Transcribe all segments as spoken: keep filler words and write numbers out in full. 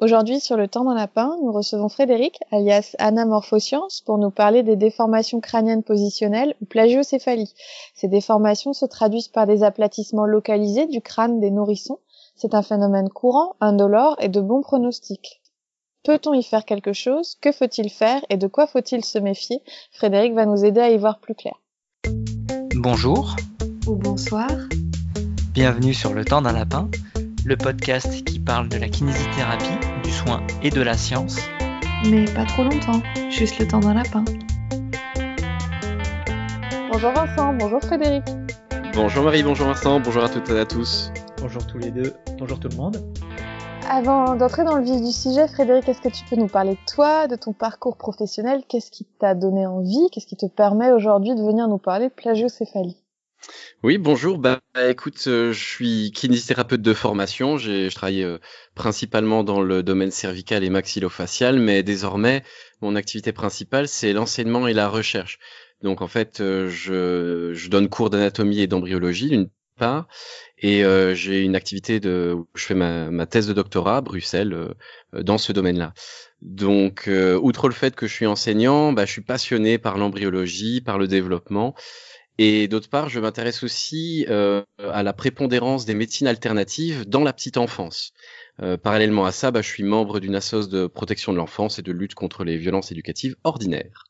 Aujourd'hui, sur Le Temps d'un lapin, nous recevons Frédéric, alias Anna Morphoscience, pour nous parler des déformations crâniennes positionnelles ou plagiocéphalie. Ces déformations se traduisent par des aplatissements localisés du crâne des nourrissons. C'est un phénomène courant, indolore et de bon pronostic. Peut-on y faire quelque chose? Que faut-il faire et de quoi faut-il se méfier? Frédéric va nous aider à y voir plus clair. Bonjour. Ou bonsoir. Bienvenue sur Le Temps d'un lapin, le podcast qui parle de la kinésithérapie, du soin et de la science. Mais pas trop longtemps, juste le temps d'un lapin. Bonjour Vincent, bonjour Frédéric. Bonjour Marie, bonjour Vincent, bonjour à toutes et à tous. Bonjour tous les deux, bonjour tout le monde. Avant d'entrer dans le vif du sujet, Frédéric, est-ce que tu peux nous parler de toi, de ton parcours professionnel? Qu'est-ce qui t'a donné envie? Qu'est-ce qui te permet aujourd'hui de venir nous parler de plagiocéphalie? Oui, bonjour. Bah, écoute, euh, je suis kinésithérapeute de formation. J'ai, je travaille euh, principalement dans le domaine cervical et maxillofacial, mais désormais, mon activité principale, c'est l'enseignement et la recherche. Donc, en fait, euh, je, je donne cours d'anatomie et d'embryologie, d'une part, et euh, j'ai une activité de, où je fais ma, ma thèse de doctorat à Bruxelles euh, dans ce domaine-là. Donc, euh, outre le fait que je suis enseignant, bah, je suis passionné par l'embryologie, par le développement. Et d'autre part, je m'intéresse aussi euh, à la prépondérance des médecines alternatives dans la petite enfance. Euh, parallèlement à ça, bah, je suis membre d'une association de protection de l'enfance et de lutte contre les violences éducatives ordinaires.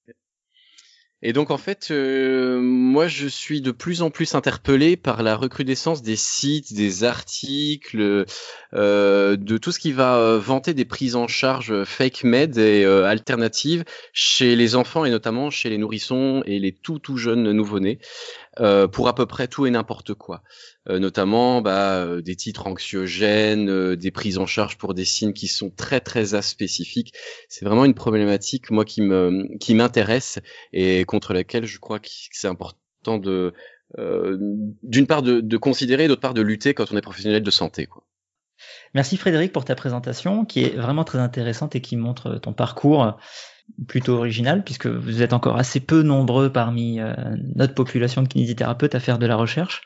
Et donc en fait, euh, moi je suis de plus en plus interpellé par la recrudescence des sites, des articles, euh, de tout ce qui va euh, vanter des prises en charge fake med et euh, alternatives chez les enfants et notamment chez les nourrissons et les tout tout jeunes nouveau-nés. Euh, pour à peu près tout et n'importe quoi, euh, notamment bah, euh, des titres anxiogènes, euh, des prises en charge pour des signes qui sont très très aspécifiques. C'est vraiment une problématique moi qui me qui m'intéresse et contre laquelle je crois que c'est important de euh, d'une part de, de considérer, d'autre part de lutter quand on est professionnel de santé, quoi. Merci Frédéric pour ta présentation qui est vraiment très intéressante et qui montre ton parcours plutôt original puisque vous êtes encore assez peu nombreux parmi euh, notre population de kinésithérapeutes à faire de la recherche.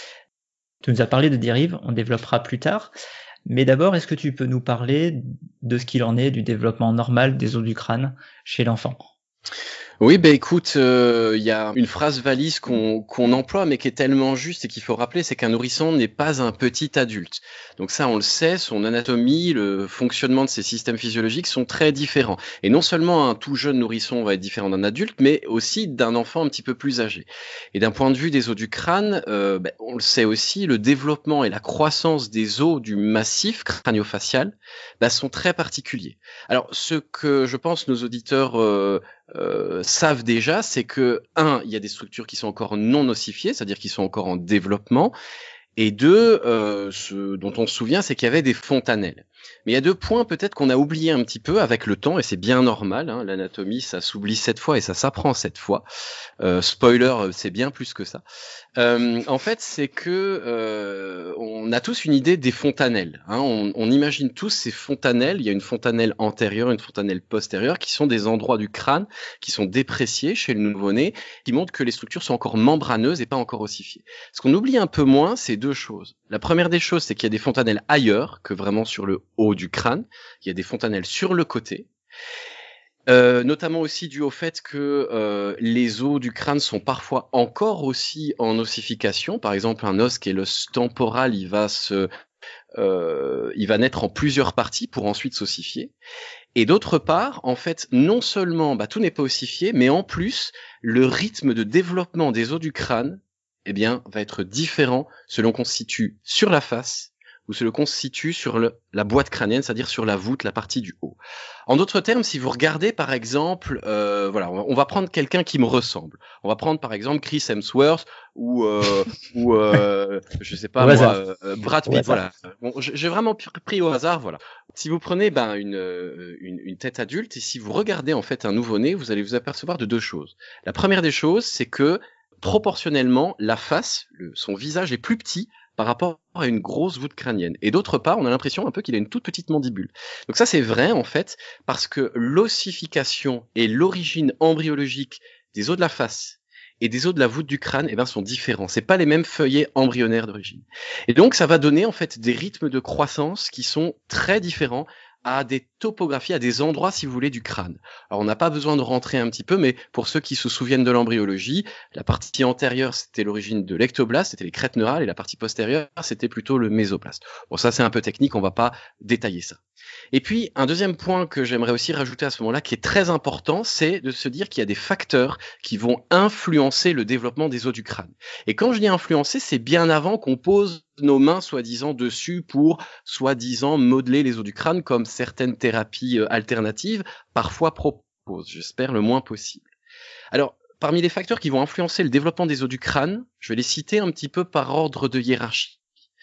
Tu nous as parlé de dérives, on développera plus tard. Mais d'abord, est-ce que tu peux nous parler de ce qu'il en est du développement normal des os du crâne chez l'enfant ? Oui, ben écoute, il euh, y a une phrase valise qu'on qu'on emploie, mais qui est tellement juste et qu'il faut rappeler, c'est qu'un nourrisson n'est pas un petit adulte. Donc ça, on le sait, son anatomie, le fonctionnement de ses systèmes physiologiques sont très différents. Et non seulement un tout jeune nourrisson va être différent d'un adulte, mais aussi d'un enfant un petit peu plus âgé. Et d'un point de vue des os du crâne, euh, ben, on le sait aussi, le développement et la croissance des os du massif crânio-facial ben, sont très particuliers. Alors, ce que je pense nos auditeurs euh, Euh, savent déjà, c'est que un, il y a des structures qui sont encore non ossifiées, c'est-à-dire qui sont encore en développement, et deux, euh, ce dont on se souvient, c'est qu'il y avait des fontanelles. Mais il y a deux points peut-être qu'on a oublié un petit peu avec le temps, et c'est bien normal, hein, l'anatomie, ça s'oublie sept fois et ça s'apprend sept fois. Euh, spoiler, c'est bien plus que ça. Euh, en fait, c'est que euh, on a tous une idée des fontanelles. Hein. On, on imagine tous ces fontanelles. Il y a une fontanelle antérieure, une fontanelle postérieure, qui sont des endroits du crâne qui sont dépréciés chez le nouveau-né, qui montrent que les structures sont encore membraneuses et pas encore ossifiées. Ce qu'on oublie un peu moins, c'est deux choses. La première des choses, c'est qu'il y a des fontanelles ailleurs que vraiment sur le haut du crâne. Il y a des fontanelles sur le côté. Euh, notamment aussi dû au fait que euh, les os du crâne sont parfois encore aussi en ossification. Par exemple, un os qui est l'os temporal, il va se, euh, il va naître en plusieurs parties pour ensuite s'ossifier. Et d'autre part, en fait, non seulement bah, tout n'est pas ossifié, mais en plus, le rythme de développement des os du crâne, eh bien, va être différent selon qu'on se situe sur la face ou se le constitue sur le, la boîte crânienne, c'est-à-dire sur la voûte, la partie du haut. En d'autres termes, si vous regardez par exemple, euh, voilà, on va prendre quelqu'un qui me ressemble. On va prendre par exemple Chris Hemsworth ou euh, ou euh, je sais pas au moi, euh, Brad Pitt. Voilà. Bon, j'ai vraiment pris au hasard. Voilà. Si vous prenez ben une, une une tête adulte et si vous regardez en fait un nouveau-né, vous allez vous apercevoir de deux choses. La première des choses, c'est que proportionnellement, la face, le, son visage est plus petit par rapport à une grosse voûte crânienne. Et d'autre part, on a l'impression un peu qu'il a une toute petite mandibule. Donc ça, c'est vrai, en fait, parce que l'ossification et l'origine embryologique des os de la face et des os de la voûte du crâne, eh ben, sont différents. C'est pas les mêmes feuillets embryonnaires d'origine. Et donc, ça va donner, en fait, des rythmes de croissance qui sont très différents à des topographies, à des endroits, si vous voulez, du crâne. Alors, on n'a pas besoin de rentrer un petit peu, mais pour ceux qui se souviennent de l'embryologie, la partie antérieure, c'était l'origine de l'ectoblaste, c'était les crêtes neurales, et la partie postérieure, c'était plutôt le mésoblast. Bon, ça, c'est un peu technique, on va pas détailler ça. Et puis, un deuxième point que j'aimerais aussi rajouter à ce moment-là, qui est très important, c'est de se dire qu'il y a des facteurs qui vont influencer le développement des os du crâne. Et quand je dis influencer, c'est bien avant qu'on pose nos mains soi-disant dessus pour soi-disant modeler les os du crâne, comme certaines thérapies alternatives parfois proposent, j'espère le moins possible. Alors, parmi les facteurs qui vont influencer le développement des os du crâne, je vais les citer un petit peu par ordre de hiérarchie.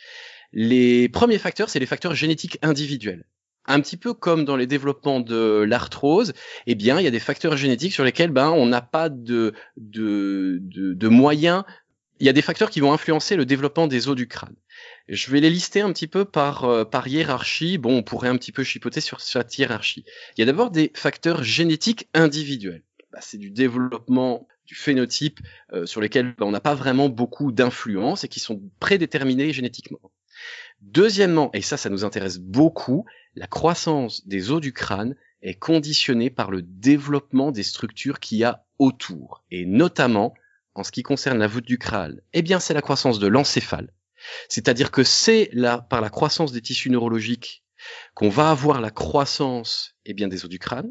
Les premiers facteurs, c'est les facteurs génétiques individuels. Un petit peu comme dans les développements de l'arthrose, eh bien, il y a des facteurs génétiques sur lesquels ben, on n'a pas de, de, de, de moyens. Il y a des facteurs qui vont influencer le développement des os du crâne. Je vais les lister un petit peu par, euh, par hiérarchie. Bon, on pourrait un petit peu chipoter sur cette hiérarchie. Il y a d'abord des facteurs génétiques individuels. Bah, c'est du développement du phénotype euh, sur lesquels ben, on n'a pas vraiment beaucoup d'influence et qui sont prédéterminés génétiquement. Deuxièmement, et ça, ça nous intéresse beaucoup, la croissance des os du crâne est conditionnée par le développement des structures qu'il y a autour. Et notamment, en ce qui concerne la voûte du crâne, eh bien, c'est la croissance de l'encéphale. C'est-à-dire que c'est la, par la croissance des tissus neurologiques qu'on va avoir la croissance, eh bien, des os du crâne.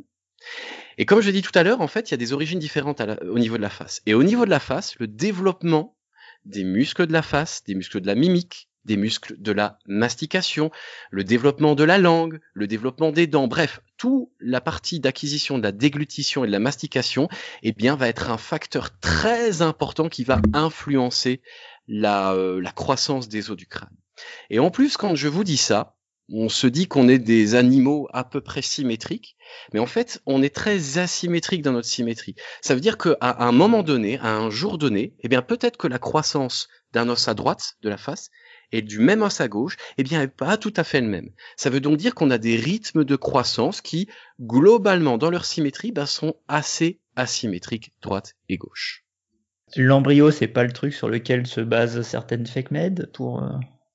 Et comme je l'ai dit tout à l'heure, en fait, il y a des origines différentes à la, au niveau de la face. Et au niveau de la face, le développement des muscles de la face, des muscles de la mimique, des muscles de la mastication, le développement de la langue, le développement des dents, bref, toute la partie d'acquisition de la déglutition et de la mastication, eh bien, va être un facteur très important qui va influencer la, euh, la croissance des os du crâne. Et en plus, quand je vous dis ça, on se dit qu'on est des animaux à peu près symétriques, mais en fait, on est très asymétrique dans notre symétrie. Ça veut dire qu'à un moment donné, à un jour donné, eh bien, peut-être que la croissance d'un os à droite de la face et du même os à gauche, eh bien, n'est pas tout à fait le même. Ça veut donc dire qu'on a des rythmes de croissance qui, globalement, dans leur symétrie, ben, sont assez asymétriques, droite et gauche. L'embryo, c'est pas le truc sur lequel se basent certaines fake med pour euh,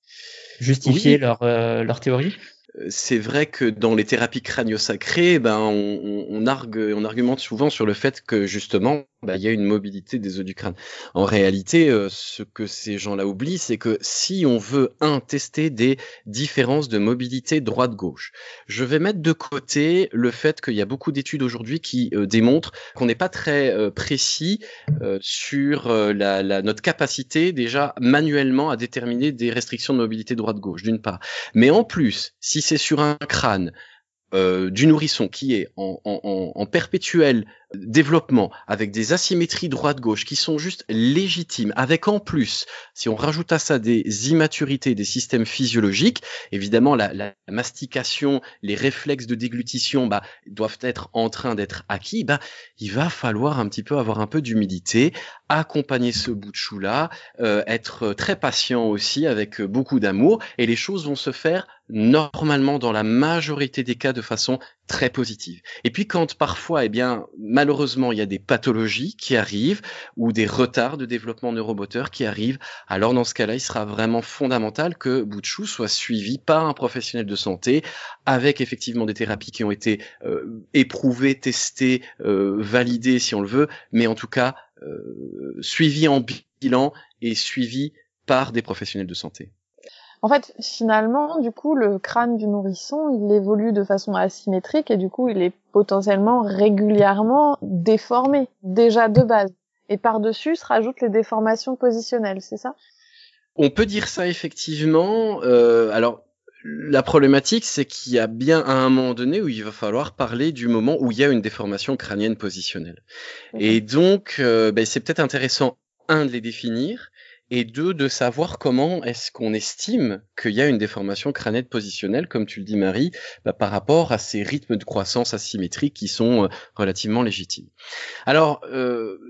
justifier oui. leur, euh, leur théorie? C'est vrai que dans les thérapies crânio-sacrées, ben on, on, on, argue, on argumente souvent sur le fait que justement, ben, il y a une mobilité des os du crâne. En réalité, euh, ce que ces gens-là oublient, c'est que si on veut, un, tester des différences de mobilité droite-gauche, je vais mettre de côté le fait qu'il y a beaucoup d'études aujourd'hui qui euh, démontrent qu'on n'est pas très euh, précis euh, sur euh, la, la, notre capacité déjà manuellement à déterminer des restrictions de mobilité droite-gauche, d'une part. Mais en plus, si c'est sur un crâne euh, du nourrisson qui est en, en, en perpétuel développement, avec des asymétries droite-gauche qui sont juste légitimes, avec en plus, si on rajoute à ça des immaturités des systèmes physiologiques, évidemment la, la mastication, les réflexes de déglutition bah, doivent être en train d'être acquis, bah, il va falloir un petit peu avoir un peu d'humilité, accompagner ce bout de chou-là, euh, être très patient aussi, avec beaucoup d'amour, et les choses vont se faire normalement dans la majorité des cas de façon très positive. Et puis quand parfois, eh bien, malheureusement, il y a des pathologies qui arrivent ou des retards de développement neuromoteur qui arrivent, alors dans ce cas-là, il sera vraiment fondamental que bout de chou soit suivi par un professionnel de santé avec effectivement des thérapies qui ont été euh, éprouvées, testées, euh, validées si on le veut, mais en tout cas euh, suivi en bilan et suivi par des professionnels de santé. En fait, finalement, du coup, le crâne du nourrisson, il évolue de façon asymétrique et du coup, il est potentiellement régulièrement déformé, déjà de base. Et par-dessus se rajoutent les déformations positionnelles, c'est ça? On peut dire ça effectivement. Euh, alors, la problématique, c'est qu'il y a bien à un moment donné où il va falloir parler du moment où il y a une déformation crânienne positionnelle. Mmh. Et donc, euh, ben, c'est peut-être intéressant, un, de les définir, et deux, de savoir comment est-ce qu'on estime qu'il y a une déformation crânienne positionnelle, comme tu le dis Marie, bah, par rapport à ces rythmes de croissance asymétriques qui sont euh, relativement légitimes. Alors, euh,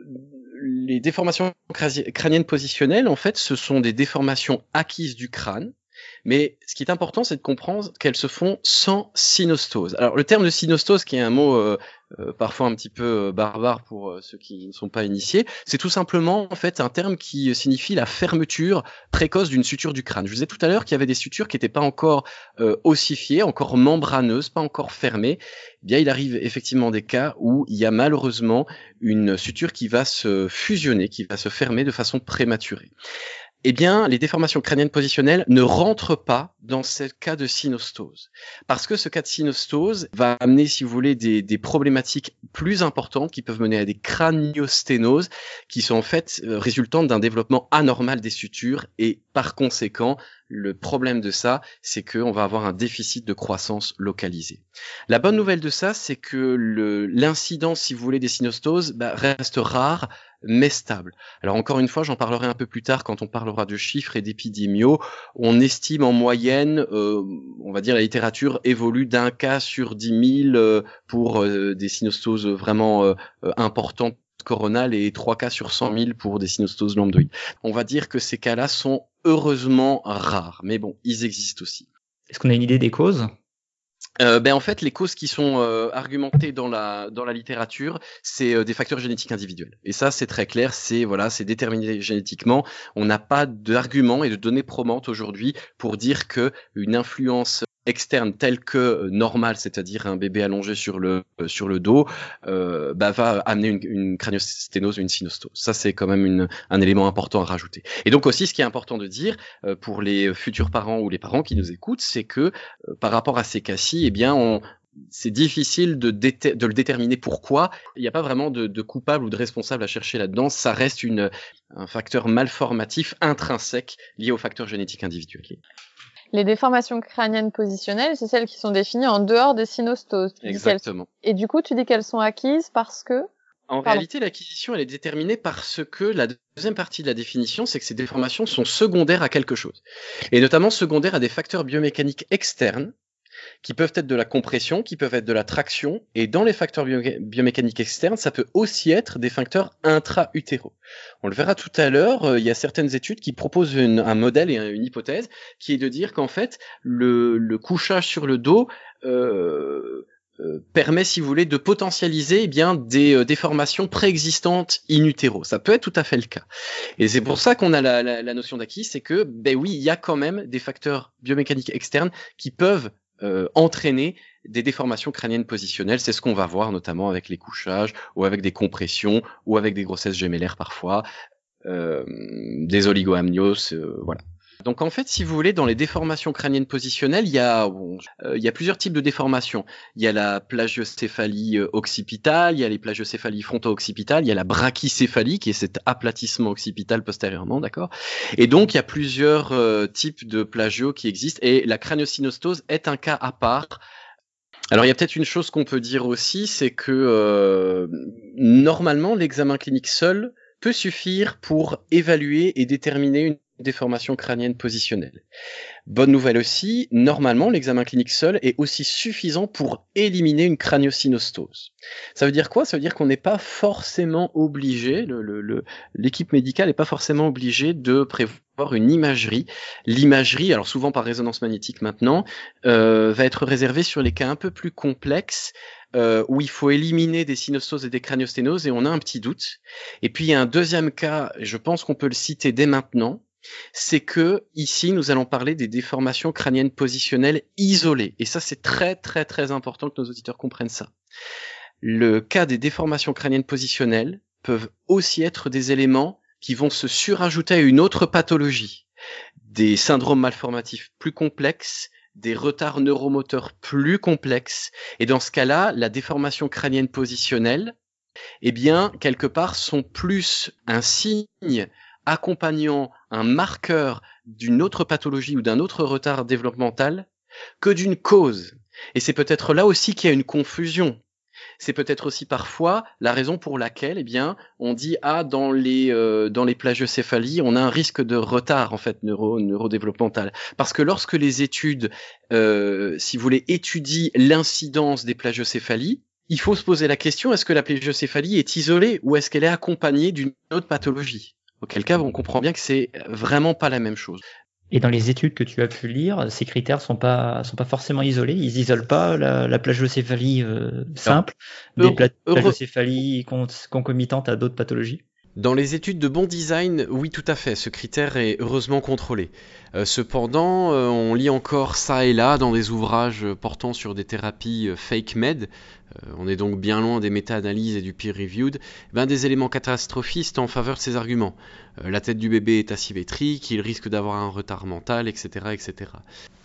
les déformations crâniennes positionnelles, en fait, ce sont des déformations acquises du crâne, mais ce qui est important, c'est de comprendre qu'elles se font sans synostose. Alors, le terme de synostose, qui est un mot euh, euh, parfois un petit peu barbare pour euh, ceux qui ne sont pas initiés. C'est tout simplement en fait un terme qui signifie la fermeture précoce d'une suture du crâne. Je vous disais tout à l'heure qu'il y avait des sutures qui n'étaient pas encore euh, ossifiées, encore membraneuses, pas encore fermées. Eh bien, il arrive effectivement des cas où il y a malheureusement une suture qui va se fusionner, qui va se fermer de façon prématurée. Eh bien, les déformations crâniennes positionnelles ne rentrent pas dans ce cas de synostose. Parce que ce cas de synostose va amener, si vous voulez, des, des problématiques plus importantes qui peuvent mener à des craniosténoses qui sont en fait euh, résultantes d'un développement anormal des sutures et par conséquent, le problème de ça, c'est qu'on va avoir un déficit de croissance localisé. La bonne nouvelle de ça, c'est que le, l'incidence, si vous voulez, des synostoses bah, reste rare, mais stable. Alors encore une fois, j'en parlerai un peu plus tard quand on parlera de chiffres et d'épidémiaux. On estime en moyenne, euh, on va dire la littérature évolue d'un cas sur dix mille euh, pour euh, des synostoses vraiment euh, importantes coronales et trois cas sur cent mille pour des synostoses lambdoïdes. On va dire que ces cas-là sont heureusement rares, mais bon, ils existent aussi. Est-ce qu'on a une idée des causes ? Euh, ben en fait, les causes qui sont euh, argumentées dans la dans la littérature, c'est euh, des facteurs génétiques individuels. Et ça, c'est très clair. C'est voilà, c'est déterminé génétiquement. On n'a pas d'arguments et de données probantes aujourd'hui pour dire que une influence externe telle que euh, normale, c'est-à-dire un bébé allongé sur le euh, sur le dos, euh, bah, va amener une, une craniosténose ou une synostose. Ça, c'est quand même une, un élément important à rajouter. Et donc aussi, ce qui est important de dire euh, pour les futurs parents ou les parents qui nous écoutent, c'est que euh, par rapport à ces cas-ci, eh bien, on c'est difficile de, déter- de le déterminer pourquoi. Il n'y a pas vraiment de, de coupable ou de responsable à chercher là-dedans. Ça reste une, un facteur malformatif intrinsèque lié au facteur génétique individuel. Les déformations crâniennes positionnelles, c'est celles qui sont définies en dehors des synostoses. Exactement. Et du coup, tu dis qu'elles sont acquises parce que... En Pardon. réalité, l'acquisition, elle est déterminée parce que la deuxième partie de la définition, c'est que ces déformations sont secondaires à quelque chose. Et notamment secondaires à des facteurs biomécaniques externes qui peuvent être de la compression, qui peuvent être de la traction, et dans les facteurs bio- biomécaniques externes, ça peut aussi être des facteurs intra-utéraux. On le verra tout à l'heure, euh, il y a certaines études qui proposent une, un modèle et une hypothèse, qui est de dire qu'en fait, le, le couchage sur le dos euh, euh, permet, si vous voulez, de potentialiser eh bien des euh, déformations préexistantes in utero. Ça peut être tout à fait le cas. Et c'est pour ça qu'on a la, la, la notion d'acquis, c'est que, ben oui, il y a quand même des facteurs biomécaniques externes qui peuvent Euh, entraîner des déformations crâniennes positionnelles. C'est ce qu'on va voir notamment avec les couchages ou avec des compressions ou avec des grossesses gémellaires parfois, euh, des oligoamnios, euh, voilà. Donc en fait, si vous voulez, dans les déformations crâniennes positionnelles, il y a bon, euh, il y a plusieurs types de déformations. Il y a la plagiocéphalie euh, occipitale, il y a les plagiocéphalies fronto-occipitales, il y a la brachycéphalie qui est cet aplatissement occipital postérieurement, d'accord ? Et donc il y a plusieurs euh, types de plagio qui existent et la craniosynostose est un cas à part. Alors il y a peut-être une chose qu'on peut dire aussi, c'est que euh, normalement l'examen clinique seul peut suffire pour évaluer et déterminer une déformation crânienne positionnelle. Bonne nouvelle aussi, normalement, l'examen clinique seul est aussi suffisant pour éliminer une craniosynostose. Ça veut dire quoi ? Ça veut dire qu'on n'est pas forcément obligé, le, le, le, l'équipe médicale n'est pas forcément obligée de prévoir une imagerie. L'imagerie, alors souvent par résonance magnétique maintenant, euh, va être réservée sur les cas un peu plus complexes, Euh, où il faut éliminer des synostoses et des craniosténoses et on a un petit doute. Et puis il y a un deuxième cas, je pense qu'on peut le citer dès maintenant, c'est que ici nous allons parler des déformations crâniennes positionnelles isolées. Et ça c'est très très très important que nos auditeurs comprennent ça. Le cas des déformations crâniennes positionnelles peuvent aussi être des éléments qui vont se surajouter à une autre pathologie, des syndromes malformatifs plus complexes, des retards neuromoteurs plus complexes, et dans ce cas-là, la déformation crânienne positionnelle, eh bien, quelque part, sont plus un signe accompagnant un marqueur d'une autre pathologie ou d'un autre retard développemental que d'une cause. Et c'est peut-être là aussi qu'il y a une confusion. C'est peut-être aussi parfois la raison pour laquelle, eh bien, on dit ah dans les euh, dans les plagiocéphalies, on a un risque de retard en fait neuro neurodéveloppemental, parce que lorsque les études, euh, si vous voulez, étudient l'incidence des plagiocéphalies, il faut se poser la question est-ce que la plagiocéphalie est isolée ou est-ce qu'elle est accompagnée d'une autre pathologie ? Auquel cas, on comprend bien que c'est vraiment pas la même chose. Et dans les études que tu as pu lire, ces critères sont pas sont pas forcément isolés. Ils isolent pas la, la plagiocéphalie euh, simple Alors, des pla- heureux... plagiocéphalies con- concomitantes à d'autres pathologies. Dans les études de bon design, oui, tout à fait, ce critère est heureusement contrôlé. Euh, cependant, euh, on lit encore ça et là dans des ouvrages portant sur des thérapies euh, fake med, euh, on est donc bien loin des méta-analyses et du peer-reviewed, ben, des éléments catastrophistes en faveur de ces arguments. Euh, la tête du bébé est asymétrique, il risque d'avoir un retard mental, et cetera, et cetera.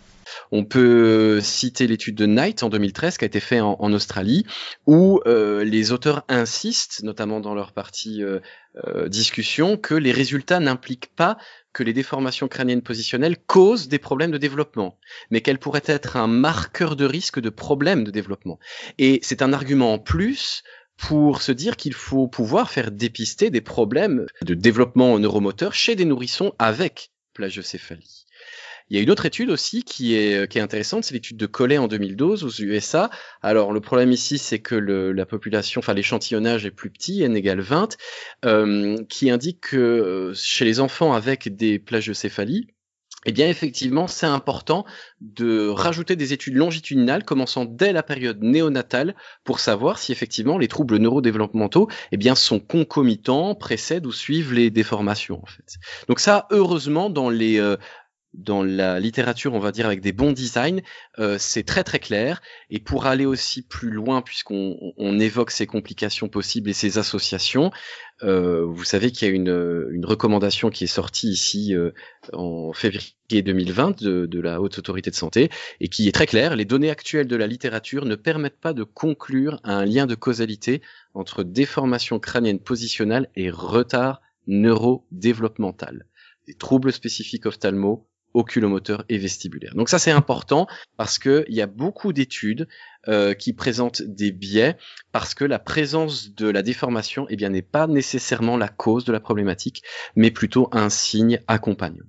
On peut citer l'étude de Knight en deux mille treize qui a été faite en, en Australie, où euh, les auteurs insistent, notamment dans leur partie euh, euh, discussion, que les résultats n'impliquent pas que les déformations crâniennes positionnelles causent des problèmes de développement, mais qu'elles pourraient être un marqueur de risque de problèmes de développement. Et c'est un argument en plus pour se dire qu'il faut pouvoir faire dépister des problèmes de développement neuromoteur chez des nourrissons avec plagiocéphalie. Il y a une autre étude aussi qui est, qui est intéressante, c'est l'étude de Collet en deux mille douze aux U S A. Alors le problème ici, c'est que le, la population, enfin l'échantillonnage est plus petit, n égale vingt, euh, qui indique que chez les enfants avec des plagiocéphalies, eh bien effectivement, c'est important de rajouter des études longitudinales commençant dès la période néonatale pour savoir si effectivement les troubles neurodéveloppementaux eh bien sont concomitants, précèdent ou suivent les déformations en fait. Donc ça, heureusement, dans les euh, dans la littérature, on va dire avec des bons designs, euh, c'est très très clair. Et pour aller aussi plus loin, puisqu'on on évoque ces complications possibles et ces associations, euh, vous savez qu'il y a une, une recommandation qui est sortie ici euh, en février deux mille vingt de, de la Haute Autorité de Santé et qui est très claire. Les données actuelles de la littérature ne permettent pas de conclure à un lien de causalité entre déformation crânienne positionnelle et retard neurodéveloppemental, des troubles spécifiques ophtalmo, oculomoteurs et vestibulaires. Donc ça c'est important parce que il y a beaucoup d'études euh, qui présentent des biais parce que la présence de la déformation eh bien n'est pas nécessairement la cause de la problématique, mais plutôt un signe accompagnant.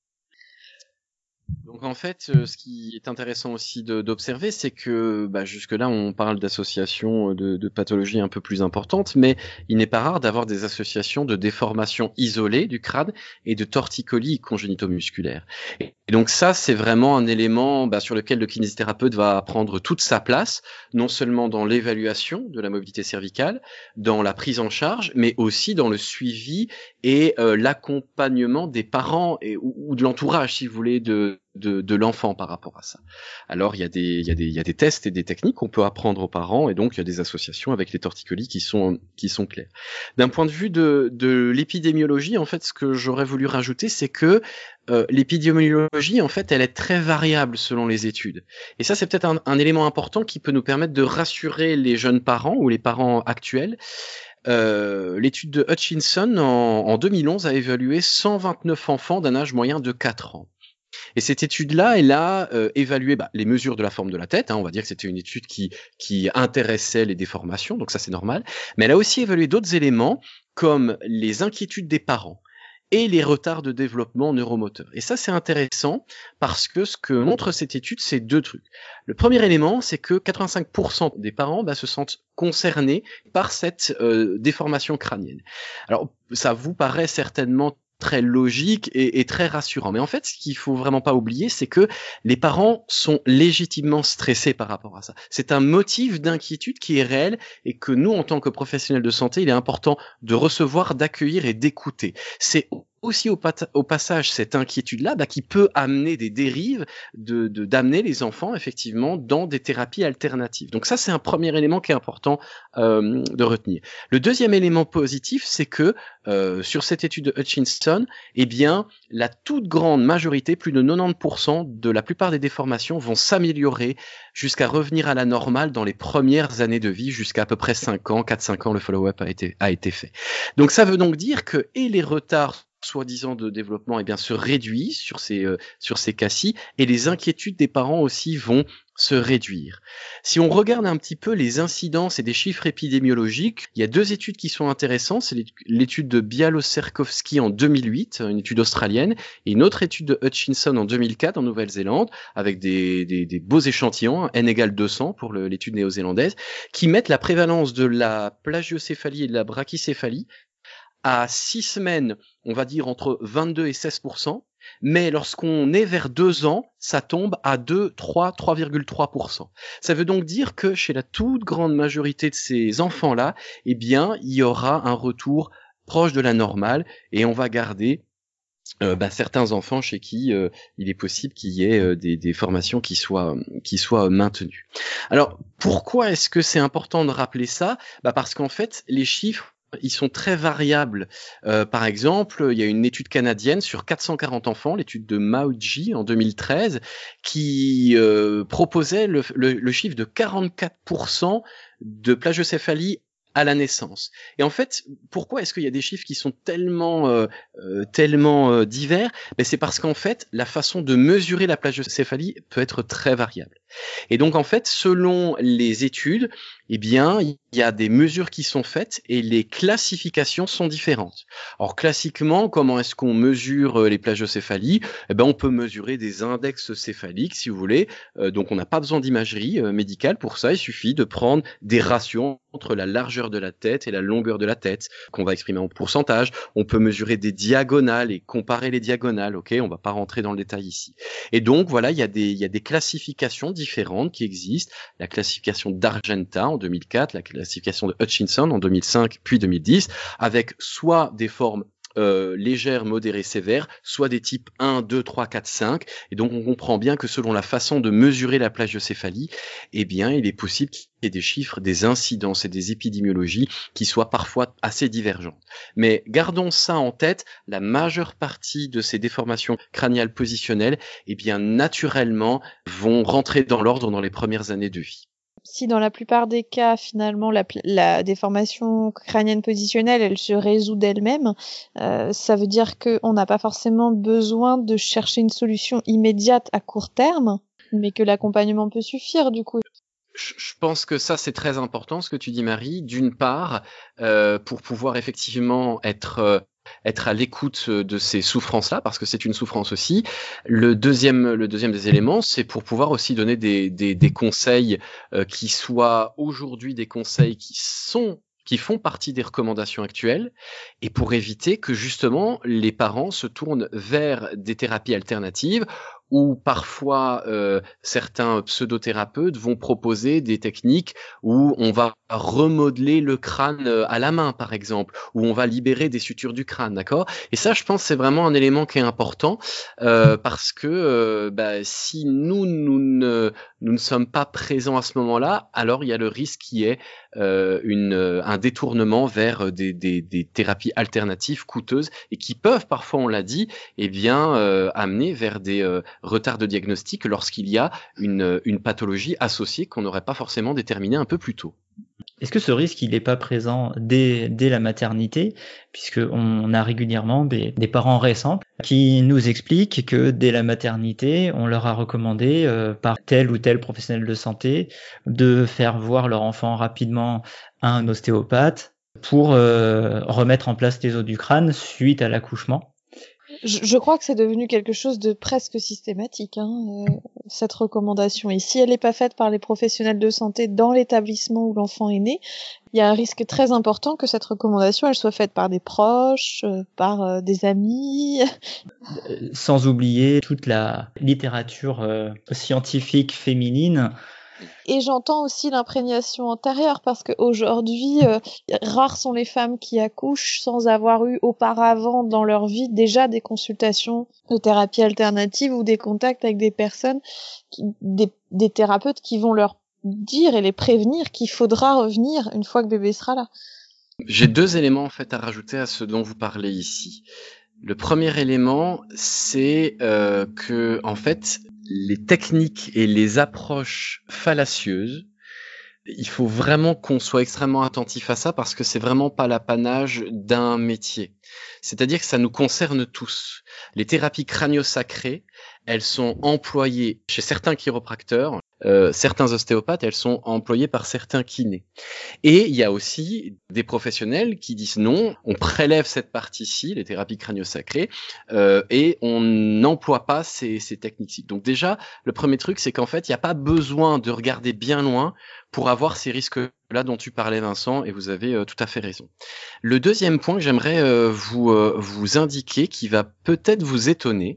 Donc en fait, euh, ce qui est intéressant aussi de, d'observer, c'est que bah, jusque-là, on parle d'associations de, de pathologies un peu plus importantes, mais il n'est pas rare d'avoir des associations de déformations isolées du crâne et de torticolis congénito-musculaires. Et donc ça, c'est vraiment un élément bah, sur lequel le kinésithérapeute va prendre toute sa place, non seulement dans l'évaluation de la mobilité cervicale, dans la prise en charge, mais aussi dans le suivi et euh, l'accompagnement des parents et, ou, ou de l'entourage, si vous voulez, de De, de l'enfant par rapport à ça. Alors il y a des il y a des il y a des tests et des techniques qu'on peut apprendre aux parents et donc il y a des associations avec les torticolis qui sont qui sont claires. D'un point de vue de de l'épidémiologie, en fait, ce que j'aurais voulu rajouter, c'est que euh, l'épidémiologie, en fait, elle est très variable selon les études. Et ça, c'est peut-être un, un élément important qui peut nous permettre de rassurer les jeunes parents ou les parents actuels. Euh, l'étude de Hutchinson en, en deux mille onze a évalué cent vingt-neuf enfants d'un âge moyen de quatre ans. Et cette étude-là, elle a euh, évalué bah, les mesures de la forme de la tête. Hein, on va dire que c'était une étude qui, qui intéressait les déformations, donc ça c'est normal. Mais elle a aussi évalué d'autres éléments comme les inquiétudes des parents et les retards de développement neuromoteur. Et ça c'est intéressant parce que ce que montre cette étude, c'est deux trucs. Le premier élément, c'est que quatre-vingt-cinq pour cent des parents bah, se sentent concernés par cette euh, déformation crânienne. Alors ça vous paraît certainement très logique et, et très rassurant. Mais en fait, ce qu'il faut vraiment pas oublier, c'est que les parents sont légitimement stressés par rapport à ça. C'est un motif d'inquiétude qui est réel et que nous, en tant que professionnels de santé, il est important de recevoir, d'accueillir et d'écouter. C'est aussi au, pat- au passage cette inquiétude-là bah, qui peut amener des dérives, de, de, d'amener les enfants effectivement dans des thérapies alternatives. Donc ça, c'est un premier élément qui est important euh, de retenir. Le deuxième élément positif, c'est que euh, sur cette étude de Hutchinson, eh bien, la toute grande majorité, plus de quatre-vingt-dix pour cent de la plupart des déformations vont s'améliorer jusqu'à revenir à la normale dans les premières années de vie, jusqu'à à peu près cinq ans, quatre cinq ans, le follow-up a été, a été fait. Donc ça veut donc dire que et les retards soi-disant de développement eh bien se réduit sur ces euh, sur ces cas-ci et les inquiétudes des parents aussi vont se réduire. Si on regarde un petit peu les incidences et des chiffres épidémiologiques, il y a deux études qui sont intéressantes, c'est l'étude de Biało-Cerkowski en deux mille huit, une étude australienne, et une autre étude de Hutchinson en deux mille quatre en Nouvelle-Zélande avec des des, des beaux échantillons, n égale deux cents pour le, l'étude néo-zélandaise, qui mettent la prévalence de la plagiocéphalie et de la brachycéphalie à six semaines, on va dire entre vingt-deux et seize pour cent, Mais lorsqu'on est vers deux ans, ça tombe à deux, trois, trois virgule trois pour cent. Ça veut donc dire que chez la toute grande majorité de ces enfants-là, eh bien, il y aura un retour proche de la normale et on va garder Euh, bah, certains enfants chez qui euh, il est possible qu'il y ait euh, des, des formations qui soient qui soient maintenues. Alors pourquoi est-ce que c'est important de rappeler ça ? Bah parce qu'en fait les chiffres ils sont très variables. Euh, par exemple, il y a une étude canadienne sur quatre cent quarante enfants, l'étude de Mauji en deux mille treize, qui euh, proposait le, le, le chiffre de quarante-quatre pour cent de plagiocéphalie à la naissance. Et en fait, pourquoi est-ce qu'il y a des chiffres qui sont tellement euh, euh, tellement euh, divers ? Ben c'est parce qu'en fait, la façon de mesurer la plagiocéphalie peut être très variable. Et donc en fait, selon les études, eh bien, il y a des mesures qui sont faites et les classifications sont différentes. Alors classiquement, comment est-ce qu'on mesure les plagiocéphalies ? Eh ben, on peut mesurer des index céphaliques, si vous voulez. Euh, donc on n'a pas besoin d'imagerie euh, médicale pour ça. Il suffit de prendre des ratios entre la largeur de la tête et la longueur de la tête, qu'on va exprimer en pourcentage. On peut mesurer des diagonales et comparer les diagonales. Ok, on va pas rentrer dans le détail ici. Et donc voilà, il y a des il y a des classifications différentes qui existent. La classification d'Argenta en deux mille quatre, la classification de Hutchinson en deux mille cinq, puis deux mille dix, avec soit des formes Euh, légères, modérées, sévères, soit des types un, deux, trois, quatre, cinq. Et donc, on comprend bien que selon la façon de mesurer la plagiocéphalie, eh bien, il est possible qu'il y ait des chiffres, des incidences et des épidémiologies qui soient parfois assez divergentes. Mais gardons ça en tête, la majeure partie de ces déformations crâniales positionnelles, eh bien, naturellement, vont rentrer dans l'ordre dans les premières années de vie. Si dans la plupart des cas, finalement, la, la déformation crânienne positionnelle, elle se résout d'elle-même, euh, ça veut dire qu'on n'a pas forcément besoin de chercher une solution immédiate à court terme, mais que l'accompagnement peut suffire, du coup. Je pense que ça, c'est très important, ce que tu dis, Marie. D'une part, euh, pour pouvoir effectivement être... Euh, être à l'écoute de ces souffrances-là, parce que c'est une souffrance aussi. Le deuxième, le deuxième des éléments, c'est pour pouvoir aussi donner des, des, des conseils euh, qui soient aujourd'hui des conseils qui sont qui font partie des recommandations actuelles, et pour éviter que justement les parents se tournent vers des thérapies alternatives où parfois euh, certains pseudothérapeutes vont proposer des techniques où on va remodeler le crâne à la main, par exemple, où on va libérer des sutures du crâne, d'accord ? Et ça, je pense, c'est vraiment un élément qui est important euh, parce que euh, bah, si nous, nous ne, nous ne sommes pas présents à ce moment-là, alors il y a le risque qu'il y ait euh, une, un détournement vers des, des, des thérapies alternatives coûteuses et qui peuvent, parfois, on l'a dit, eh bien, euh, amener vers des euh, retards de diagnostic lorsqu'il y a une, une pathologie associée qu'on n'aurait pas forcément déterminée un peu plus tôt. Est-ce que ce risque, il n'est pas présent dès, dès la maternité, puisqu'on a régulièrement des, des parents récents qui nous expliquent que dès la maternité, on leur a recommandé euh, par tel ou tel professionnel de santé de faire voir leur enfant rapidement à un ostéopathe pour euh, remettre en place les os du crâne suite à l'accouchement. Je, je crois que c'est devenu quelque chose de presque systématique, hein, euh, cette recommandation. Et si elle n'est pas faite par les professionnels de santé dans l'établissement où l'enfant est né, il y a un risque très important que cette recommandation elle soit faite par des proches, euh, par euh, des amis. Sans oublier toute la littérature euh, scientifique féminine. Et j'entends aussi l'imprégnation antérieure parce qu'aujourd'hui, euh, rares sont les femmes qui accouchent sans avoir eu auparavant dans leur vie déjà des consultations de thérapie alternative ou des contacts avec des personnes, qui, des, des thérapeutes qui vont leur dire et les prévenir qu'il faudra revenir une fois que bébé sera là. J'ai deux éléments en fait à rajouter à ce dont vous parlez ici. Le premier élément, c'est euh, que en fait, les techniques et les approches fallacieuses, il faut vraiment qu'on soit extrêmement attentif à ça parce que c'est vraiment pas l'apanage d'un métier. C'est-à-dire que ça nous concerne tous. Les thérapies crânio-sacrées, elles sont employées chez certains chiropracteurs, euh, certains ostéopathes, elles sont employées par certains kinés. Et il y a aussi des professionnels qui disent non, on prélève cette partie-ci, les thérapies crânio-sacrées, euh, et on n'emploie pas ces, ces techniques-ci. Donc déjà, le premier truc, c'est qu'en fait, il n'y a pas besoin de regarder bien loin pour avoir ces risques-là. là dont tu parlais, Vincent, et vous avez euh, tout à fait raison. Le deuxième point que j'aimerais euh, vous euh, vous indiquer, qui va peut-être vous étonner,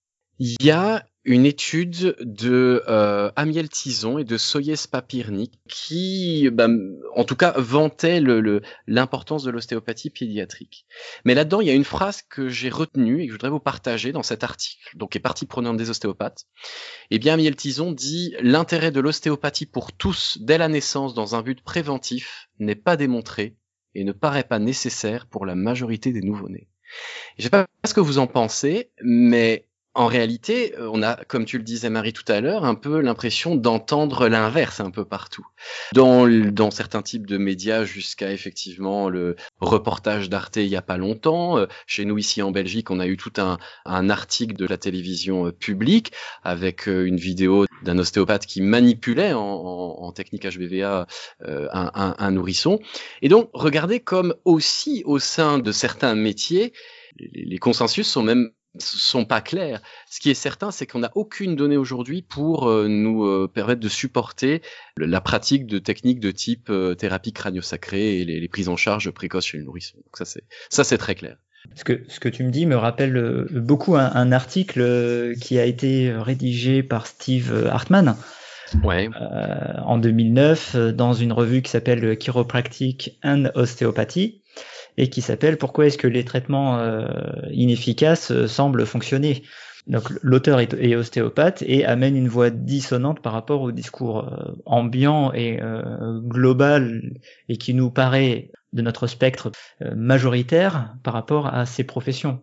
il y a une étude de euh, Amiel Tison et de Soyez Papirnik qui, bah, en tout cas, vantait le, le, l'importance de l'ostéopathie pédiatrique. Mais là-dedans, il y a une phrase que j'ai retenue et que je voudrais vous partager dans cet article, donc qui est partie prenante des ostéopathes. Eh bien, Amiel Tison dit « L'intérêt de l'ostéopathie pour tous dès la naissance dans un but préventif n'est pas démontré et ne paraît pas nécessaire pour la majorité des nouveau-nés. » Je sais pas ce que vous en pensez, mais en réalité, on a, comme tu le disais Marie tout à l'heure, un peu l'impression d'entendre l'inverse un peu partout. Dans, dans certains types de médias, jusqu'à effectivement le reportage d'Arte il y a pas longtemps. Chez nous ici en Belgique, on a eu tout un, un article de la télévision publique avec une vidéo d'un ostéopathe qui manipulait en, en, en technique H B V A euh, un, un, un nourrisson. Et donc, regardez comme aussi au sein de certains métiers, les, les consensus sont même sont pas clairs. Ce qui est certain, c'est qu'on n'a aucune donnée aujourd'hui pour euh, nous euh, permettre de supporter le, la pratique de techniques de type euh, thérapie crânio-sacrée et les, les prises en charge précoces chez le nourrisson. Donc ça, c'est ça, c'est très clair. Ce que, ce que tu me dis me rappelle euh, beaucoup un, un article euh, qui a été rédigé par Steve Hartman. Ouais. Euh, en deux mille neuf, dans une revue qui s'appelle Chiropractic and Osteopathy, et qui s'appelle « Pourquoi est-ce que les traitements euh, inefficaces euh, semblent fonctionner ?» Donc l'auteur est, est ostéopathe et amène une voix dissonante par rapport au discours euh, ambiant et euh, global et qui nous paraît de notre spectre euh, majoritaire par rapport à ces professions.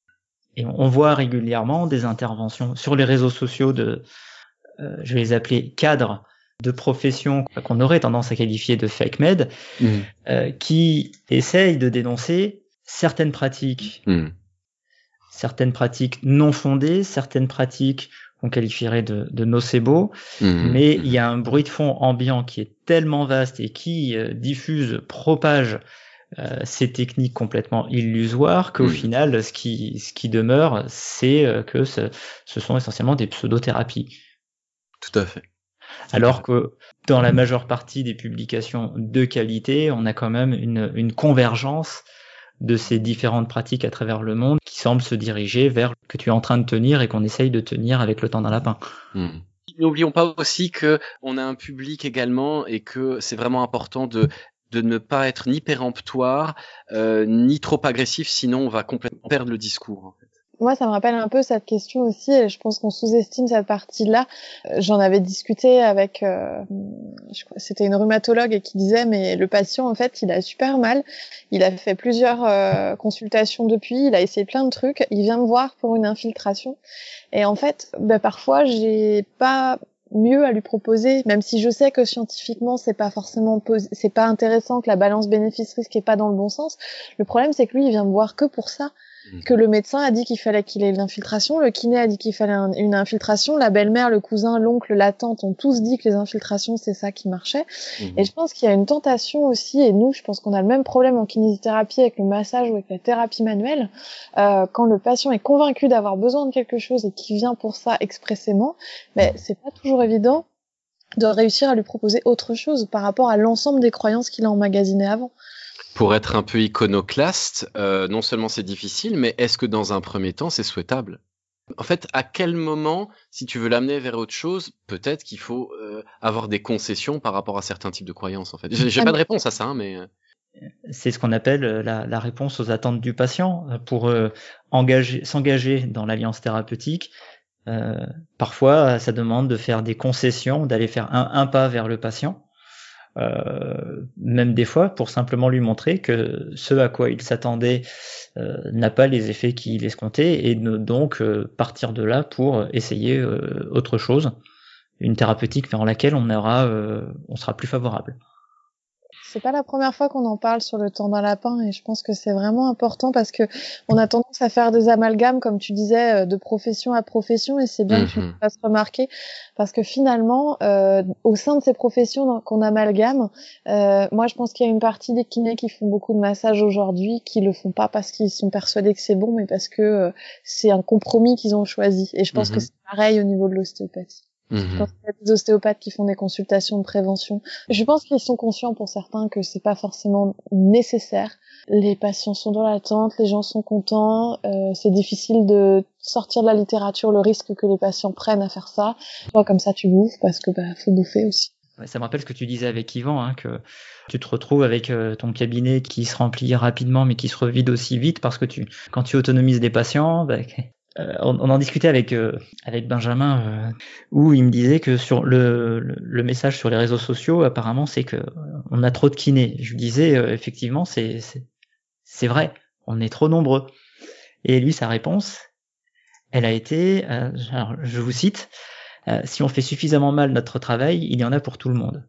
Et on, on voit régulièrement des interventions sur les réseaux sociaux de, euh, je vais les appeler cadres, de professions qu'on aurait tendance à qualifier de fake med, mmh. euh, qui essayent de dénoncer certaines pratiques, mmh. certaines pratiques non fondées, certaines pratiques qu'on qualifierait de, de nocebo, mmh. mais il y a un bruit de fond ambiant qui est tellement vaste et qui euh, diffuse, propage euh, ces techniques complètement illusoires qu'au mmh. final, ce qui, ce qui demeure, c'est euh, que ce, ce sont essentiellement des pseudothérapies. Tout à fait. Alors que dans la majeure partie des publications de qualité, on a quand même une, une convergence de ces différentes pratiques à travers le monde qui semblent se diriger vers que tu es en train de tenir et qu'on essaye de tenir avec le temps d'un lapin. Mmh. N'oublions pas aussi que on a un public également et que c'est vraiment important de de ne pas être ni péremptoire euh, ni trop agressif, sinon on va complètement perdre le discours. En fait. Moi, ça me rappelle un peu cette question aussi, et je pense qu'on sous-estime cette partie-là. J'en avais discuté avec, euh, je crois, c'était une rhumatologue et qui disait, mais le patient, en fait, il a super mal. Il a fait plusieurs euh, consultations depuis, il a essayé plein de trucs. Il vient me voir pour une infiltration. Et en fait, bah, parfois, j'ai pas mieux à lui proposer, même si je sais que scientifiquement c'est pas forcément pos- c'est pas intéressant, que la balance bénéfice-risque est pas dans le bon sens. Le problème, c'est que lui, il vient me voir que pour ça. Que le médecin a dit qu'il fallait qu'il ait l'infiltration, le kiné a dit qu'il fallait un, une infiltration, la belle-mère, le cousin, l'oncle, la tante ont tous dit que les infiltrations c'est ça qui marchait. Mmh. Et je pense qu'il y a une tentation aussi, et nous je pense qu'on a le même problème en kinésithérapie avec le massage ou avec la thérapie manuelle, euh, quand le patient est convaincu d'avoir besoin de quelque chose et qui vient pour ça expressément, mais c'est pas toujours évident de réussir à lui proposer autre chose par rapport à l'ensemble des croyances qu'il a emmagasinées avant. Pour être un peu iconoclaste, euh, non seulement c'est difficile, mais est-ce que dans un premier temps, c'est souhaitable ? En fait, à quel moment, si tu veux l'amener vers autre chose, peut-être qu'il faut euh, avoir des concessions par rapport à certains types de croyances, en fait. J'ai, j'ai ah, pas de réponse à ça, hein, mais... C'est ce qu'on appelle la, la réponse aux attentes du patient. Pour euh, engager, s'engager dans l'alliance thérapeutique, euh, parfois, ça demande de faire des concessions, d'aller faire un, un pas vers le patient. Euh, même des fois pour simplement lui montrer que ce à quoi il s'attendait euh, n'a pas les effets qu'il escomptait et ne, donc euh, partir de là pour essayer euh, autre chose, une thérapeutique vers laquelle on aura, euh, on sera plus favorable. C'est pas la première fois qu'on en parle sur le temps d'un lapin et je pense que c'est vraiment important parce que on a tendance à faire des amalgames, comme tu disais, de profession à profession et c'est bien mmh. que tu nous fasses remarquer parce que finalement, euh, au sein de ces professions qu'on amalgame, euh, moi je pense qu'il y a une partie des kinés qui font beaucoup de massages aujourd'hui qui le font pas parce qu'ils sont persuadés que c'est bon, mais parce que euh, c'est un compromis qu'ils ont choisi et je pense mmh. que c'est pareil au niveau de l'ostéopathie. Mmh. Quand il y a des ostéopathes qui font des consultations de prévention, je pense qu'ils sont conscients pour certains que c'est pas forcément nécessaire. Les patients sont dans l'attente, les gens sont contents, euh, c'est difficile de sortir de la littérature le risque que les patients prennent à faire ça. Toi, comme ça, tu bouffes parce que bah faut bouffer aussi. Ouais, ça me rappelle ce que tu disais avec Yvan, hein, que tu te retrouves avec euh, ton cabinet qui se remplit rapidement mais qui se revide aussi vite parce que tu, quand tu autonomises des patients, bah, euh, on, on en discutait avec euh, avec Benjamin euh, où il me disait que sur le, le, le message sur les réseaux sociaux, apparemment, c'est que euh, on a trop de kinés. Je lui disais euh, effectivement, c'est, c'est c'est vrai, on est trop nombreux. Et lui, sa réponse, elle a été, euh, alors, je vous cite. Euh, si on fait suffisamment mal notre travail, il y en a pour tout le monde.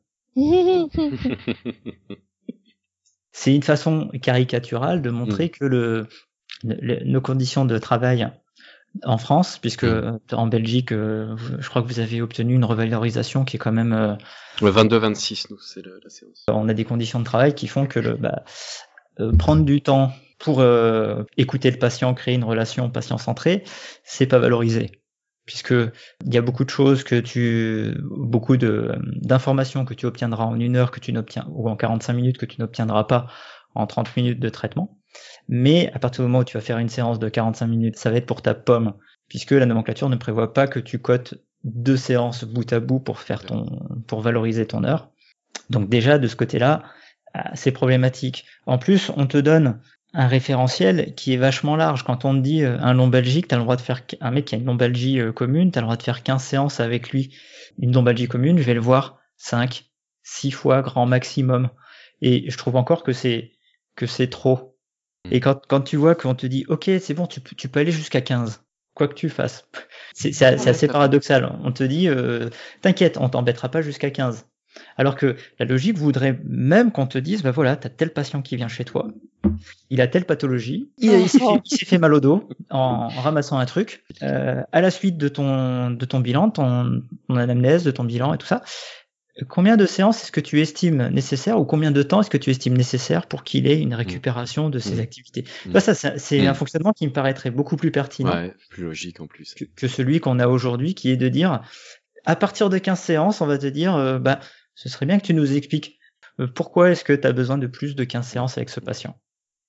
C'est une façon caricaturale de montrer mmh. que le, le, nos conditions de travail en France, puisque mmh. en Belgique, euh, je crois que vous avez obtenu une revalorisation qui est quand même... Euh, le vingt-deux vingt-six, nous, c'est le, la séance. On a des conditions de travail qui font que le, bah, euh, prendre du temps pour euh, écouter le patient, créer une relation patient-centrée, c'est pas valorisé. Puisque il y a beaucoup de choses que tu, beaucoup de d'informations que tu obtiendras en une heure que tu n'obtiens ou en quarante-cinq minutes que tu n'obtiendras pas en trente minutes de traitement. Mais à partir du moment où tu vas faire une séance de quarante-cinq minutes, ça va être pour ta pomme, puisque la nomenclature ne prévoit pas que tu cotes deux séances bout à bout pour faire ton, pour valoriser ton heure. Donc déjà de ce côté-là, c'est problématique. En plus, on te donne un référentiel qui est vachement large. Quand on te dit euh, un lombalgique, t'as le droit de faire un mec qui a une lombalgie euh, commune, t'as le droit de faire quinze séances avec lui. Une lombalgie commune, je vais le voir cinq, six fois grand maximum. Et je trouve encore que c'est que c'est trop. Et quand quand tu vois qu'on te dit OK, c'est bon, tu peux tu peux aller jusqu'à quinze, quoi que tu fasses. C'est c'est, c'est assez paradoxal. On te dit euh, t'inquiète, on t'embêtera pas jusqu'à quinze. Alors que la logique voudrait même qu'on te dise, bah voilà, t'as tel patient qui vient chez toi, il a telle pathologie, il, il, s'est, fait, il s'est fait mal au dos en, en ramassant un truc, euh, à la suite de ton de ton bilan, ton, ton anamnèse, de ton bilan et tout ça, combien de séances est-ce que tu estimes nécessaire ou combien de temps est-ce que tu estimes nécessaire pour qu'il ait une récupération de ses mmh. activités. mmh. Là, ça, c'est, c'est mmh. un fonctionnement qui me paraîtrait beaucoup plus pertinent, ouais, plus logique en plus, que, que celui qu'on a aujourd'hui, qui est de dire, à partir de quinze séances, on va te dire, euh, bah ce serait bien que tu nous expliques euh, pourquoi est-ce que tu as besoin de plus de quinze séances avec ce patient.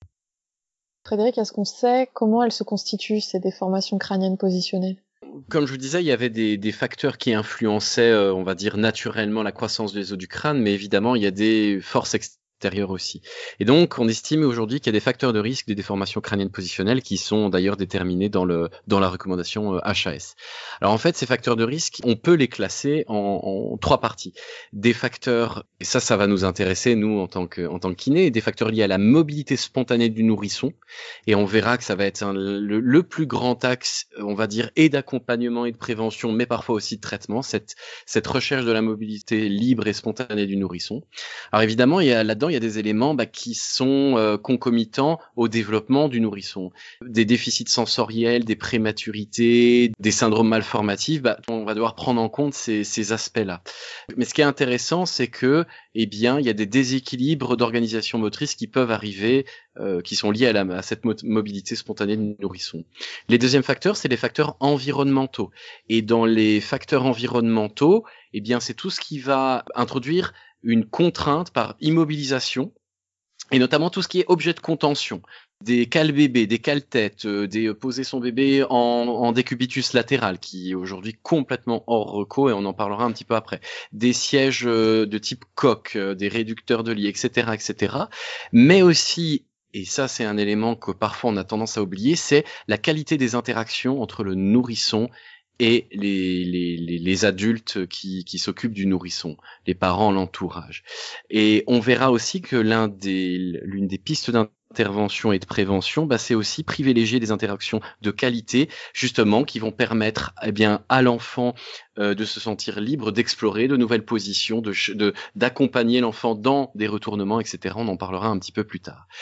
Frédéric, est-ce qu'on sait comment elles se constituent, ces déformations crâniennes positionnelles ? Comme je vous disais, il y avait des, des facteurs qui influençaient, euh, on va dire, naturellement la croissance des os du crâne, mais évidemment, il y a des forces extérieures aussi. Et donc, on estime aujourd'hui qu'il y a des facteurs de risque des déformations crâniennes positionnelles qui sont d'ailleurs déterminés dans le dans la recommandation euh, H A S. Alors en fait, ces facteurs de risque, on peut les classer en, en trois parties. Des facteurs, et ça, ça va nous intéresser nous en tant que en tant que kiné, des facteurs liés à la mobilité spontanée du nourrisson. Et on verra que ça va être un, le, le plus grand axe, on va dire, et d'accompagnement et de prévention, mais parfois aussi de traitement, cette cette recherche de la mobilité libre et spontanée du nourrisson. Alors évidemment, il y a là-dedans il y a des éléments bah, qui sont euh, concomitants au développement du nourrisson. Des déficits sensoriels, des prématurités, des syndromes malformatifs, bah, on va devoir prendre en compte ces, ces aspects-là. Mais ce qui est intéressant, c'est que, eh bien, il y a des déséquilibres d'organisation motrice qui peuvent arriver, euh, qui sont liés à, la, à cette mo- mobilité spontanée du nourrisson. Les deuxièmes facteurs, c'est les facteurs environnementaux. Et dans les facteurs environnementaux, eh bien, c'est tout ce qui va introduire une contrainte par immobilisation, et notamment tout ce qui est objet de contention, des cales-bébés, des cales-têtes, euh, des poser son bébé en, en décubitus latéral, qui est aujourd'hui complètement hors reco, et on en parlera un petit peu après, des sièges euh, de type coque, euh, des réducteurs de lit, et cetera, et cetera, mais aussi, et ça c'est un élément que parfois on a tendance à oublier, c'est la qualité des interactions entre le nourrisson et les, les, les, les adultes qui, qui s'occupent du nourrisson, les parents, l'entourage. Et on verra aussi que l'un des, l'une des pistes d'intervention et de prévention, bah, c'est aussi privilégier des interactions de qualité, justement, qui vont permettre, eh bien, à l'enfant euh, de se sentir libre, d'explorer de nouvelles positions, de, de, d'accompagner l'enfant dans des retournements, et cetera. On en parlera un petit peu plus tard.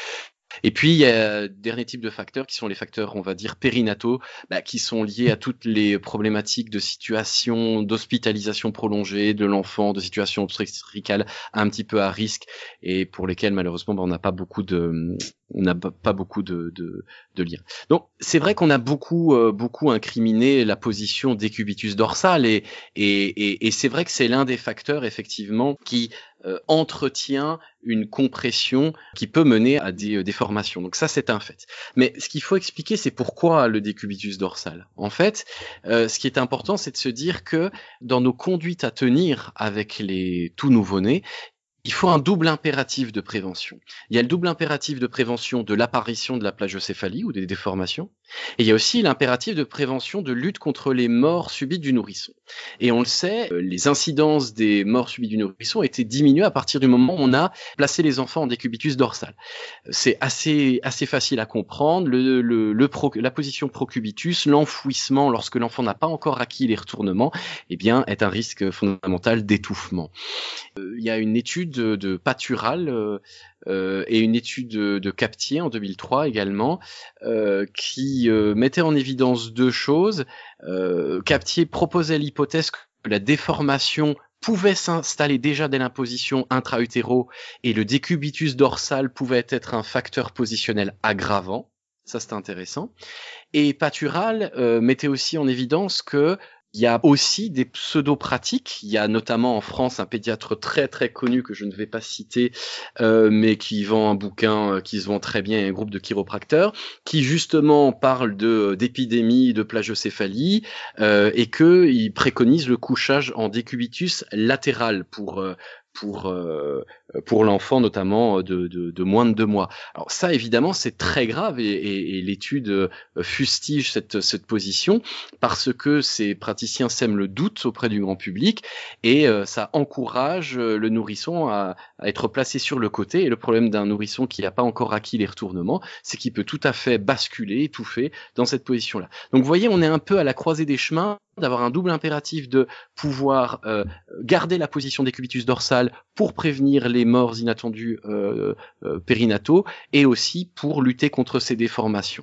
Et puis, il y a dernier type de facteurs qui sont les facteurs, on va dire, périnataux, bah, qui sont liés à toutes les problématiques de situation, d'hospitalisation prolongée de l'enfant, de situation obstétricale un petit peu à risque et pour lesquels, malheureusement, bah, on n'a pas beaucoup de, on n'a pas beaucoup de, de, de liens. Donc, c'est vrai qu'on a beaucoup, euh, beaucoup incriminé la position décubitus dorsal et, et, et, et c'est vrai que c'est l'un des facteurs, effectivement, qui Euh, entretient une compression qui peut mener à des euh, déformations. Donc ça, c'est un fait. Mais ce qu'il faut expliquer, c'est pourquoi le décubitus dorsal. En fait, euh, ce qui est important, c'est de se dire que dans nos conduites à tenir avec les tout nouveau-nés, il faut un double impératif de prévention. Il y a le double impératif de prévention de l'apparition de la plagiocéphalie ou des déformations, et il y a aussi l'impératif de prévention de lutte contre les morts subites du nourrisson. Et on le sait, les incidences des morts subites du nourrisson étaient diminuées à partir du moment où on a placé les enfants en décubitus dorsal. C'est assez assez facile à comprendre. Le, le, le pro, la position procubitus, l'enfouissement lorsque l'enfant n'a pas encore acquis les retournements, eh bien, est un risque fondamental d'étouffement. Euh, il y a une étude de, de Patural euh, euh, et une étude de, de Captier en deux mille trois également euh, qui euh, mettait en évidence deux choses. Euh, Captier proposait l'hypothèse que la déformation pouvait s'installer déjà dès l'imposition intra-utéro et le décubitus dorsal pouvait être un facteur positionnel aggravant. Ça, c'est intéressant. Et Patural euh, mettait aussi en évidence que il y a aussi des pseudo-pratiques. Il y a notamment en France un pédiatre très très connu que je ne vais pas citer, euh, mais qui vend un bouquin euh, qui se vend très bien, un groupe de chiropracteurs, qui justement parle de d'épidémie de plagiocéphalie euh, et que il préconise le couchage en décubitus latéral pour euh, pour euh, pour l'enfant notamment de, de de moins de deux mois. Alors ça évidemment c'est très grave et, et, et l'étude fustige cette cette position parce que ces praticiens sèment le doute auprès du grand public et euh, ça encourage le nourrisson à, à être placé sur le côté. Et le problème d'un nourrisson qui n'a pas encore acquis les retournements, c'est qu'il peut tout à fait basculer, étouffer dans cette position-là. Donc vous voyez, on est un peu à la croisée des chemins, d'avoir un double impératif de pouvoir euh, garder la position décubitus dorsal pour prévenir les morts inattendus euh, euh, périnataux et aussi pour lutter contre ces déformations.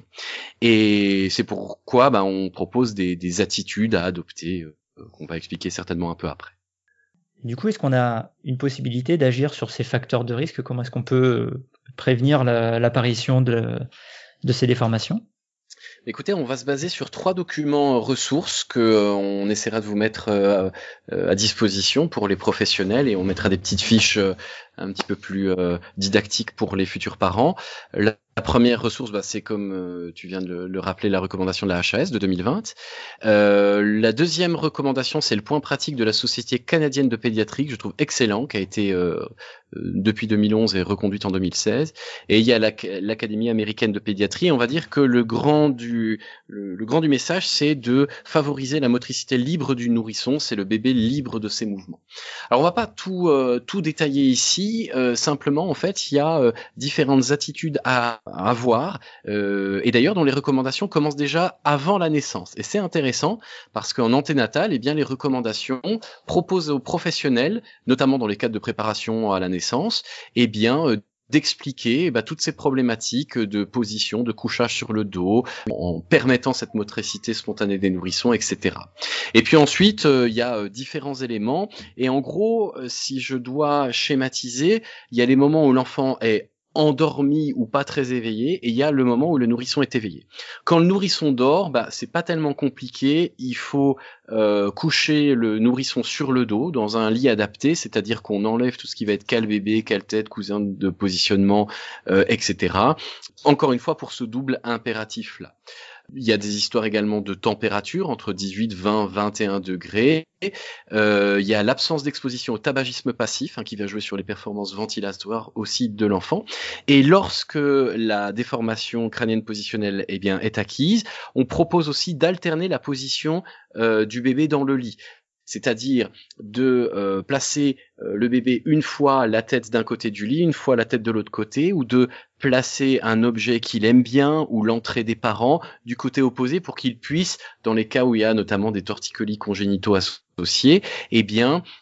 Et c'est pourquoi bah, on propose des, des attitudes à adopter euh, qu'on va expliquer certainement un peu après. Du coup, est-ce qu'on a une possibilité d'agir sur ces facteurs de risque? Comment est-ce qu'on peut prévenir la, l'apparition de, de ces déformations? Écoutez, on va se baser sur trois documents ressources que euh, on essaiera de vous mettre euh, euh, à disposition pour les professionnels et on mettra des petites fiches euh, un petit peu plus euh, didactiques pour les futurs parents. La, la première ressource, bah, c'est comme euh, tu viens de le, le rappeler, la recommandation de la H A S de deux mille vingt. Euh, la deuxième recommandation, c'est le point pratique de la Société canadienne de pédiatrie, que je trouve excellent, qui a été euh, depuis deux mille onze et reconduite en deux mille seize. Et il y a la, l'Académie américaine de pédiatrie. On va dire que le grand du le, le grand du message, c'est de favoriser la motricité libre du nourrisson. C'est le bébé libre de ses mouvements. Alors on va pas tout euh, tout détailler ici. Euh, simplement, en fait, il y a euh, différentes attitudes à, à avoir. Euh, et d'ailleurs, dont les recommandations commencent déjà avant la naissance. Et c'est intéressant parce qu'en anténatal, eh bien, les recommandations proposent aux professionnels, notamment dans les cadres de préparation à la naissance, eh bien, euh, d'expliquer eh ben, toutes ces problématiques de position, de couchage sur le dos, en permettant cette motricité spontanée des nourrissons, et cetera. Et puis ensuite, euh, il y a euh, différents éléments. Et en gros, euh, si je dois schématiser, il y a les moments où l'enfant est endormi ou pas très éveillé, et il y a le moment où le nourrisson est éveillé. Quand le nourrisson dort, bah c'est pas tellement compliqué, il faut euh, coucher le nourrisson sur le dos dans un lit adapté, c'est-à-dire qu'on enlève tout ce qui va être cale bébé, cale tête, cousin de positionnement, euh, et cetera. Encore une fois pour ce double impératif là. Il y a des histoires également de température entre dix-huit, vingt, vingt et un degrés. Euh, il y a l'absence d'exposition au tabagisme passif hein, qui va jouer sur les performances ventilatoires aussi de l'enfant. Et lorsque la déformation crânienne positionnelle eh bien, est acquise, on propose aussi d'alterner la position euh, du bébé dans le lit. C'est-à-dire de euh, placer euh, le bébé une fois la tête d'un côté du lit, une fois la tête de l'autre côté, ou de placer un objet qu'il aime bien ou l'entrée des parents du côté opposé pour qu'il puisse, dans les cas où il y a notamment des torticolis congénitaux associés, eh bien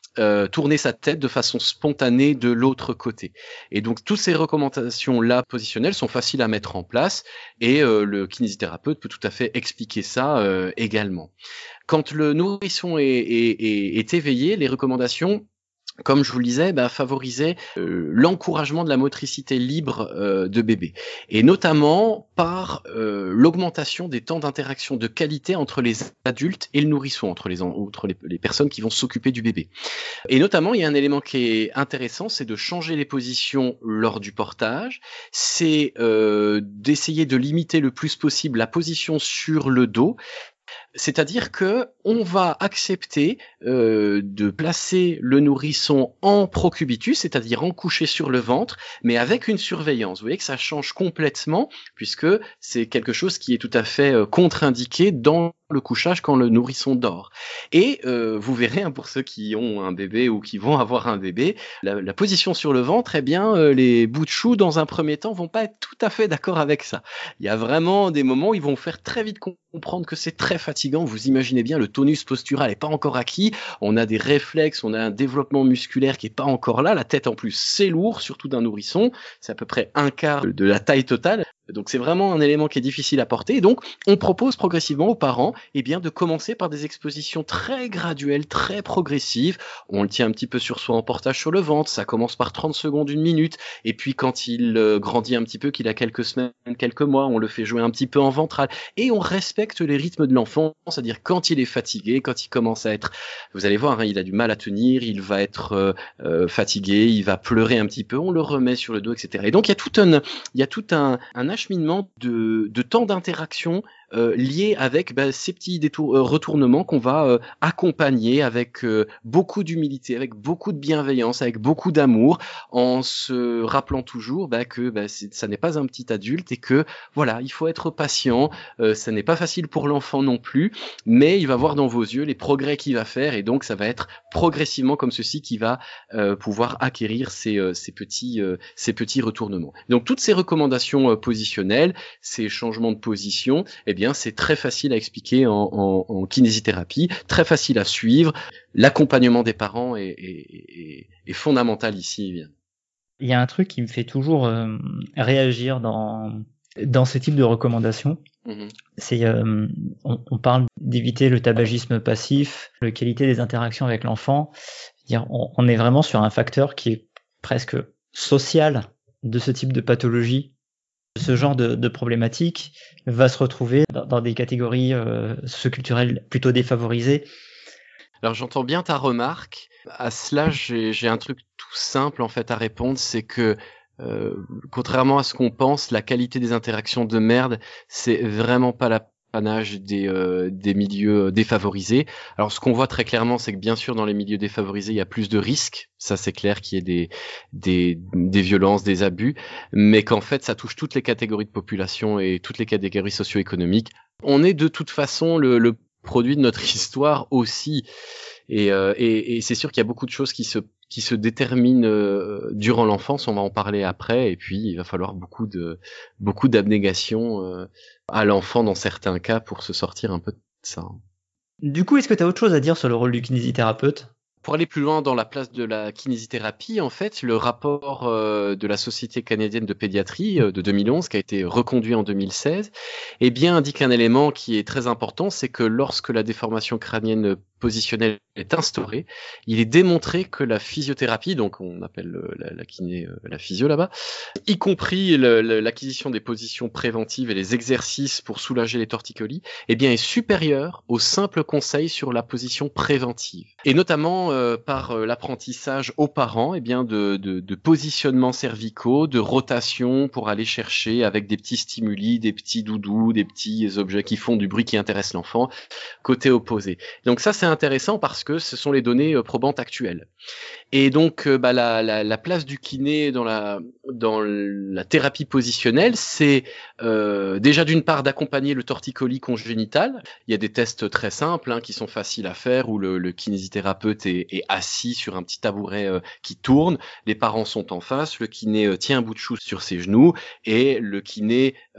euh, tourner sa tête de façon spontanée de l'autre côté. Et donc toutes ces recommandations-là positionnelles sont faciles à mettre en place et euh, le kinésithérapeute peut tout à fait expliquer ça euh, également. Quand le nourrisson est, est, est, est éveillé, les recommandations, comme je vous le disais, bah, favorisaient euh, l'encouragement de la motricité libre euh, de bébé, et notamment par euh, l'augmentation des temps d'interaction de qualité entre les adultes et le nourrisson, entre les, entre les, les personnes qui vont s'occuper du bébé. Et notamment, il y a un élément qui est intéressant, c'est de changer les positions lors du portage, c'est euh, d'essayer de limiter le plus possible la position sur le dos. C'est-à-dire que on va accepter euh, de placer le nourrisson en procubitus, c'est-à-dire en couché sur le ventre, mais avec une surveillance. Vous voyez que ça change complètement, puisque c'est quelque chose qui est tout à fait euh, contre-indiqué dans le couchage quand le nourrisson dort. Et euh, vous verrez, hein, pour ceux qui ont un bébé ou qui vont avoir un bébé, la, la position sur le ventre, eh bien, euh, les bouts de chou, dans un premier temps, vont pas être tout à fait d'accord avec ça. Il y a vraiment des moments où ils vont faire très vite comprendre que c'est très fatigant. Vous imaginez bien, le tonus postural est pas encore acquis, on a des réflexes, on a un développement musculaire qui est pas encore là, la tête en plus c'est lourd, surtout d'un nourrisson, c'est à peu près un quart de la taille totale. Donc c'est vraiment un élément qui est difficile à porter. Et donc on propose progressivement aux parents eh bien, de commencer par des expositions très graduelles, très progressives. On le tient un petit peu sur soi en portage sur le ventre, ça commence par trente secondes, une minute, et puis quand il euh, grandit un petit peu, qu'il a quelques semaines, quelques mois, on le fait jouer un petit peu en ventral, et on respecte les rythmes de l'enfant, c'est-à-dire quand il est fatigué, quand il commence à être, vous allez voir, hein, il a du mal à tenir, il va être euh, euh, fatigué, il va pleurer un petit peu, on le remet sur le dos, et cetera. Et donc il y a tout un, il y a tout un, un acheminement de, de temps d'interaction euh, lié avec bah, ces petits détour, euh, retournements qu'on va euh, accompagner avec euh, beaucoup d'humilité, avec beaucoup de bienveillance, avec beaucoup d'amour, en se rappelant toujours bah, que bah, c'est, ça n'est pas un petit adulte et que voilà, il faut être patient, euh, ça n'est pas facile pour l'enfant non plus, mais il va voir dans vos yeux les progrès qu'il va faire, et donc ça va être progressivement comme ceci qu'il va euh, pouvoir acquérir ces, euh, ces, petits, euh, ces petits retournements. Donc toutes ces recommandations euh, positionnelles, ces changements de position, eh bien c'est très facile à expliquer en, en, en kinésithérapie, très facile à suivre. L'accompagnement des parents est, est, est, est fondamental ici, évidemment. Il y a un truc qui me fait toujours euh, réagir dans dans ce type de recommandations. Mmh. C'est euh, on, on parle d'éviter le tabagisme passif, la qualité des interactions avec l'enfant. C'est-à-dire, on, on est vraiment sur un facteur qui est presque social de ce type de pathologie. Ce genre de, de problématique va se retrouver dans, dans des catégories euh, socioculturelles plutôt défavorisées. Alors j'entends bien ta remarque. À cela, j'ai, j'ai un truc tout simple en fait à répondre, c'est que euh, contrairement à ce qu'on pense, la qualité des interactions de merde, c'est vraiment pas l'apanage des, euh, des milieux défavorisés. Alors ce qu'on voit très clairement, c'est que bien sûr dans les milieux défavorisés, il y a plus de risques. Ça c'est clair qu'il y ait des, des, des violences, des abus, mais qu'en fait ça touche toutes les catégories de population et toutes les catégories socio-économiques. On est de toute façon le, le produit de notre histoire aussi. Et, euh, et, et c'est sûr qu'il y a beaucoup de choses qui se qui se déterminent euh, durant l'enfance. On va en parler après. Et puis il va falloir beaucoup de beaucoup d'abnégation euh, à l'enfant dans certains cas pour se sortir un peu de ça. Du coup, est-ce que tu as autre chose à dire sur le rôle du kinésithérapeute ? Pour aller plus loin dans la place de la kinésithérapie, en fait, le rapport euh, de la Société canadienne de pédiatrie euh, de deux mille onze, qui a été reconduit en deux mille seize, eh bien, indique un élément qui est très important, c'est que lorsque la déformation crânienne positionnelle est instaurée, il est démontré que la physiothérapie, donc on appelle la, la kiné euh, la physio là-bas, y compris le, le, l'acquisition des positions préventives et les exercices pour soulager les torticolis, eh bien, est supérieure au simple conseil sur la position préventive. Et notamment euh, par euh, l'apprentissage aux parents, eh bien, de, de, de positionnements cervicaux, de rotation pour aller chercher avec des petits stimuli, des petits doudous, des petits objets qui font du bruit qui intéressent l'enfant, côté opposé. Donc ça, c'est intéressant parce que ce sont les données euh, probantes actuelles. Et donc, euh, bah, la, la, la place du kiné dans la, dans la thérapie positionnelle, c'est euh, déjà d'une part d'accompagner le torticolis congénital. Il y a des tests très simples hein, qui sont faciles à faire où le, le kinésithérapeute est, est assis sur un petit tabouret euh, qui tourne. Les parents sont en face, le kiné euh, tient un bout de chou sur ses genoux et le kiné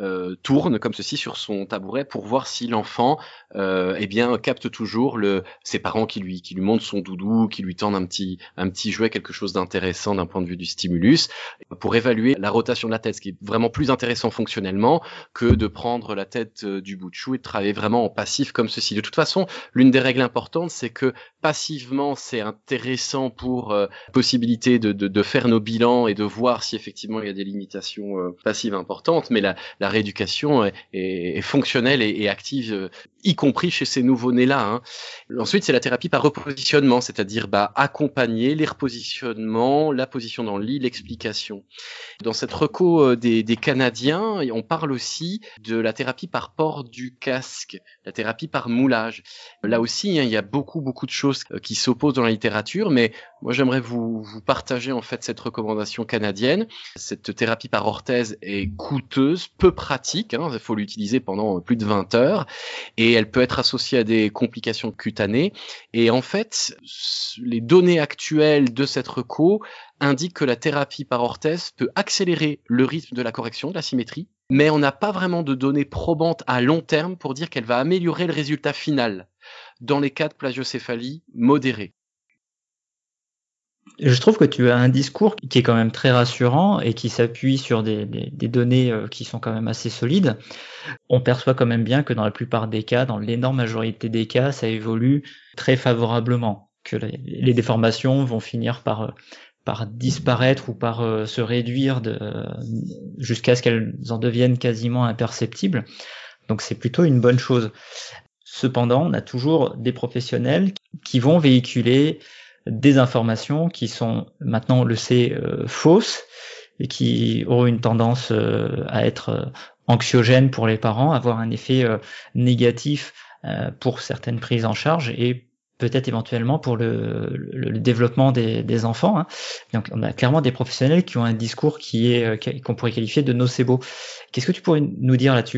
euh, tourne comme ceci sur son tabouret pour voir si l'enfant euh, eh bien capte toujours le ses parents qui lui qui lui montrent son doudou, qui lui tendent un petit un petit jouet, quelque chose d'intéressant d'un point de vue du stimulus, pour évaluer la rotation de la tête, ce qui est vraiment plus intéressant fonctionnellement que de prendre la tête du bout de chou et de travailler vraiment en passif comme ceci. De toute façon, l'une des règles importantes, c'est que passivement, c'est intéressant pour euh, possibilité de, de de faire nos bilans et de voir si effectivement il y a des limitations euh, passives importantes, mais la la rééducation est, est, est fonctionnelle et, et active, euh, y compris chez ces nouveau-nés-là. Hein. Ensuite, c'est la thérapie par repositionnement, c'est-à-dire bah, accompagner les repositionnements, la position dans le lit, l'explication. Dans cette reco euh, des, des Canadiens, on parle aussi de la thérapie par port du casque, la thérapie par moulage. Là aussi, hein, il y a beaucoup, beaucoup de choses euh, qui s'opposent dans la littérature, mais moi, j'aimerais vous, vous partager en fait cette recommandation canadienne. Cette thérapie par orthèse est coûteuse, peu pratique, hein, il faut l'utiliser pendant plus de vingt heures, et elle peut être associée à des complications cutanées. Et en fait, les données actuelles de cette reco indiquent que la thérapie par orthèse peut accélérer le rythme de la correction de la symétrie, mais on n'a pas vraiment de données probantes à long terme pour dire qu'elle va améliorer le résultat final dans les cas de plagiocéphalie modérée. Je trouve que tu as un discours qui est quand même très rassurant et qui s'appuie sur des, des, des données qui sont quand même assez solides. On perçoit quand même bien que dans la plupart des cas, dans l'énorme majorité des cas, ça évolue très favorablement, que les, les déformations vont finir par, par disparaître ou par euh, se réduire de, euh, jusqu'à ce qu'elles en deviennent quasiment imperceptibles. Donc c'est plutôt une bonne chose. Cependant, on a toujours des professionnels qui vont véhiculer des informations qui sont, maintenant on le sait, euh, fausses et qui auront une tendance euh, à être euh, anxiogènes pour les parents, avoir un effet euh, négatif euh, pour certaines prises en charge et peut-être éventuellement pour le, le, le développement des, des enfants. Hein. Donc on a clairement des professionnels qui ont un discours qui est euh, qu'on pourrait qualifier de nocebo. Qu'est-ce que tu pourrais nous dire là-dessus ?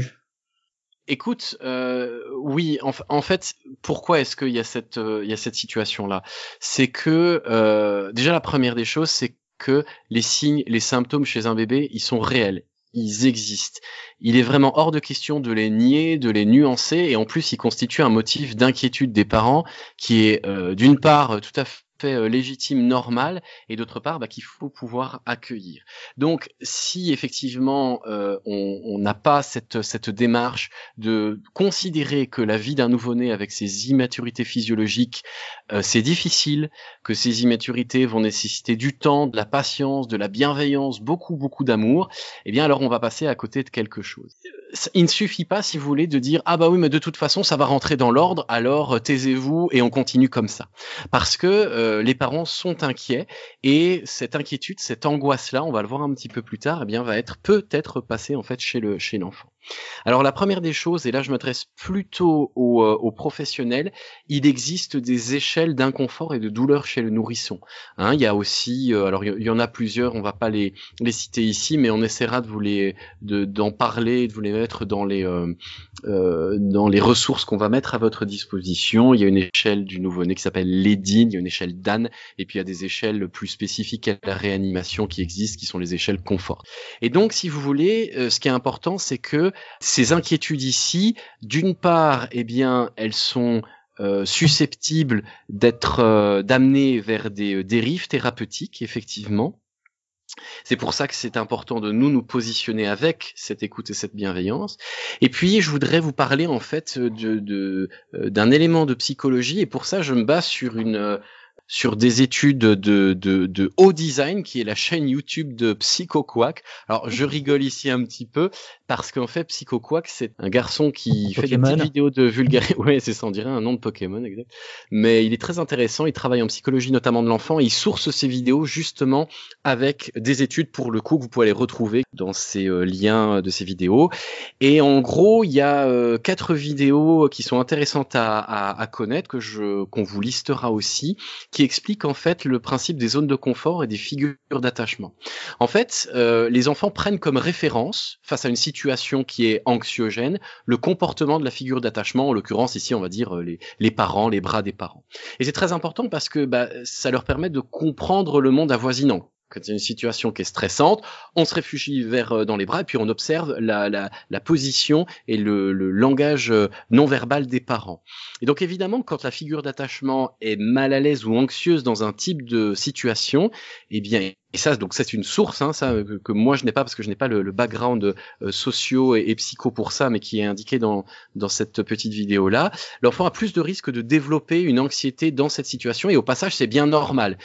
Écoute, euh, oui, en, en fait, pourquoi est-ce qu'il y a cette, euh, il y a cette situation-là ? C'est que euh, déjà la première des choses, c'est que les signes, les symptômes chez un bébé, ils sont réels, ils existent. Il est vraiment hors de question de les nier, de les nuancer, et en plus, ils constituent un motif d'inquiétude des parents qui est euh, d'une part tout à fait légitime, normal, et d'autre part bah, qu'il faut pouvoir accueillir. Donc si effectivement euh, on n'a pas cette, cette démarche de considérer que la vie d'un nouveau-né avec ses immaturités physiologiques euh, c'est difficile, que ces immaturités vont nécessiter du temps, de la patience, de la bienveillance, beaucoup beaucoup d'amour, eh bien alors on va passer à côté de quelque chose. Il ne suffit pas, si vous voulez, de dire ah bah oui mais de toute façon ça va rentrer dans l'ordre, alors taisez-vous et on continue comme ça, parce que euh, les parents sont inquiets et cette inquiétude, cette angoisse-là, on va le voir un petit peu plus tard, eh bien va être peut-être passée en fait chez le chez l'enfant. Alors la première des choses, et là je m'adresse plutôt aux, euh, aux professionnels, il existe des échelles d'inconfort et de douleur chez le nourrisson. Hein, il y a aussi, euh, alors il y, y en a plusieurs, on va pas les les citer ici, mais on essaiera de vous les de d'en parler, de vous les mettre dans les euh, euh, dans les ressources qu'on va mettre à votre disposition. Il y a une échelle du nouveau-né qui s'appelle l'Edine, il y a une échelle d'Anne, et puis il y a des échelles plus spécifiques à la réanimation qui existent, qui sont les échelles confort. Et donc, si vous voulez, euh, ce qui est important, c'est que ces inquiétudes ici, d'une part, eh bien, elles sont euh, susceptibles d'être euh, d'amener vers des euh, dérives thérapeutiques, effectivement. C'est pour ça que c'est important de nous nous positionner avec cette écoute et cette bienveillance. Et puis, je voudrais vous parler en fait de, de d'un élément de psychologie, et pour ça, je me base sur une sur des études de, de, de haut design, qui est la chaîne YouTube de PsychoQuack. Alors, je rigole ici un petit peu, parce qu'en fait, PsychoQuack, c'est un garçon qui fait des petites vidéos de vulgarisation. Ouais, c'est ça, on dirait un nom de Pokémon, exact. Mais il est très intéressant, il travaille en psychologie, notamment de l'enfant, et il source ses vidéos, justement, avec des études, pour le coup, que vous pouvez les retrouver dans ces euh, liens de ces vidéos. Et en gros, il y a euh, quatre vidéos qui sont intéressantes à, à, à connaître, que je, qu'on vous listera aussi, qui explique en fait le principe des zones de confort et des figures d'attachement. En fait, euh, les enfants prennent comme référence, face à une situation qui est anxiogène, le comportement de la figure d'attachement, en l'occurrence ici on va dire les, les parents, les bras des parents. Et c'est très important parce que bah, ça leur permet de comprendre le monde avoisinant. quand il y a une situation qui est stressante, on se réfugie vers euh, dans les bras et puis on observe la, la, la position et le, le langage euh, non verbal des parents. Et donc évidemment, quand la figure d'attachement est mal à l'aise ou anxieuse dans un type de situation, eh bien, et ça, donc c'est une source, hein, ça que, que moi je n'ai pas parce que je n'ai pas le, le background euh, socio et, et psycho pour ça, mais qui est indiqué dans dans cette petite vidéo là. L'enfant a plus de risques de développer une anxiété dans cette situation et au passage, c'est bien normal.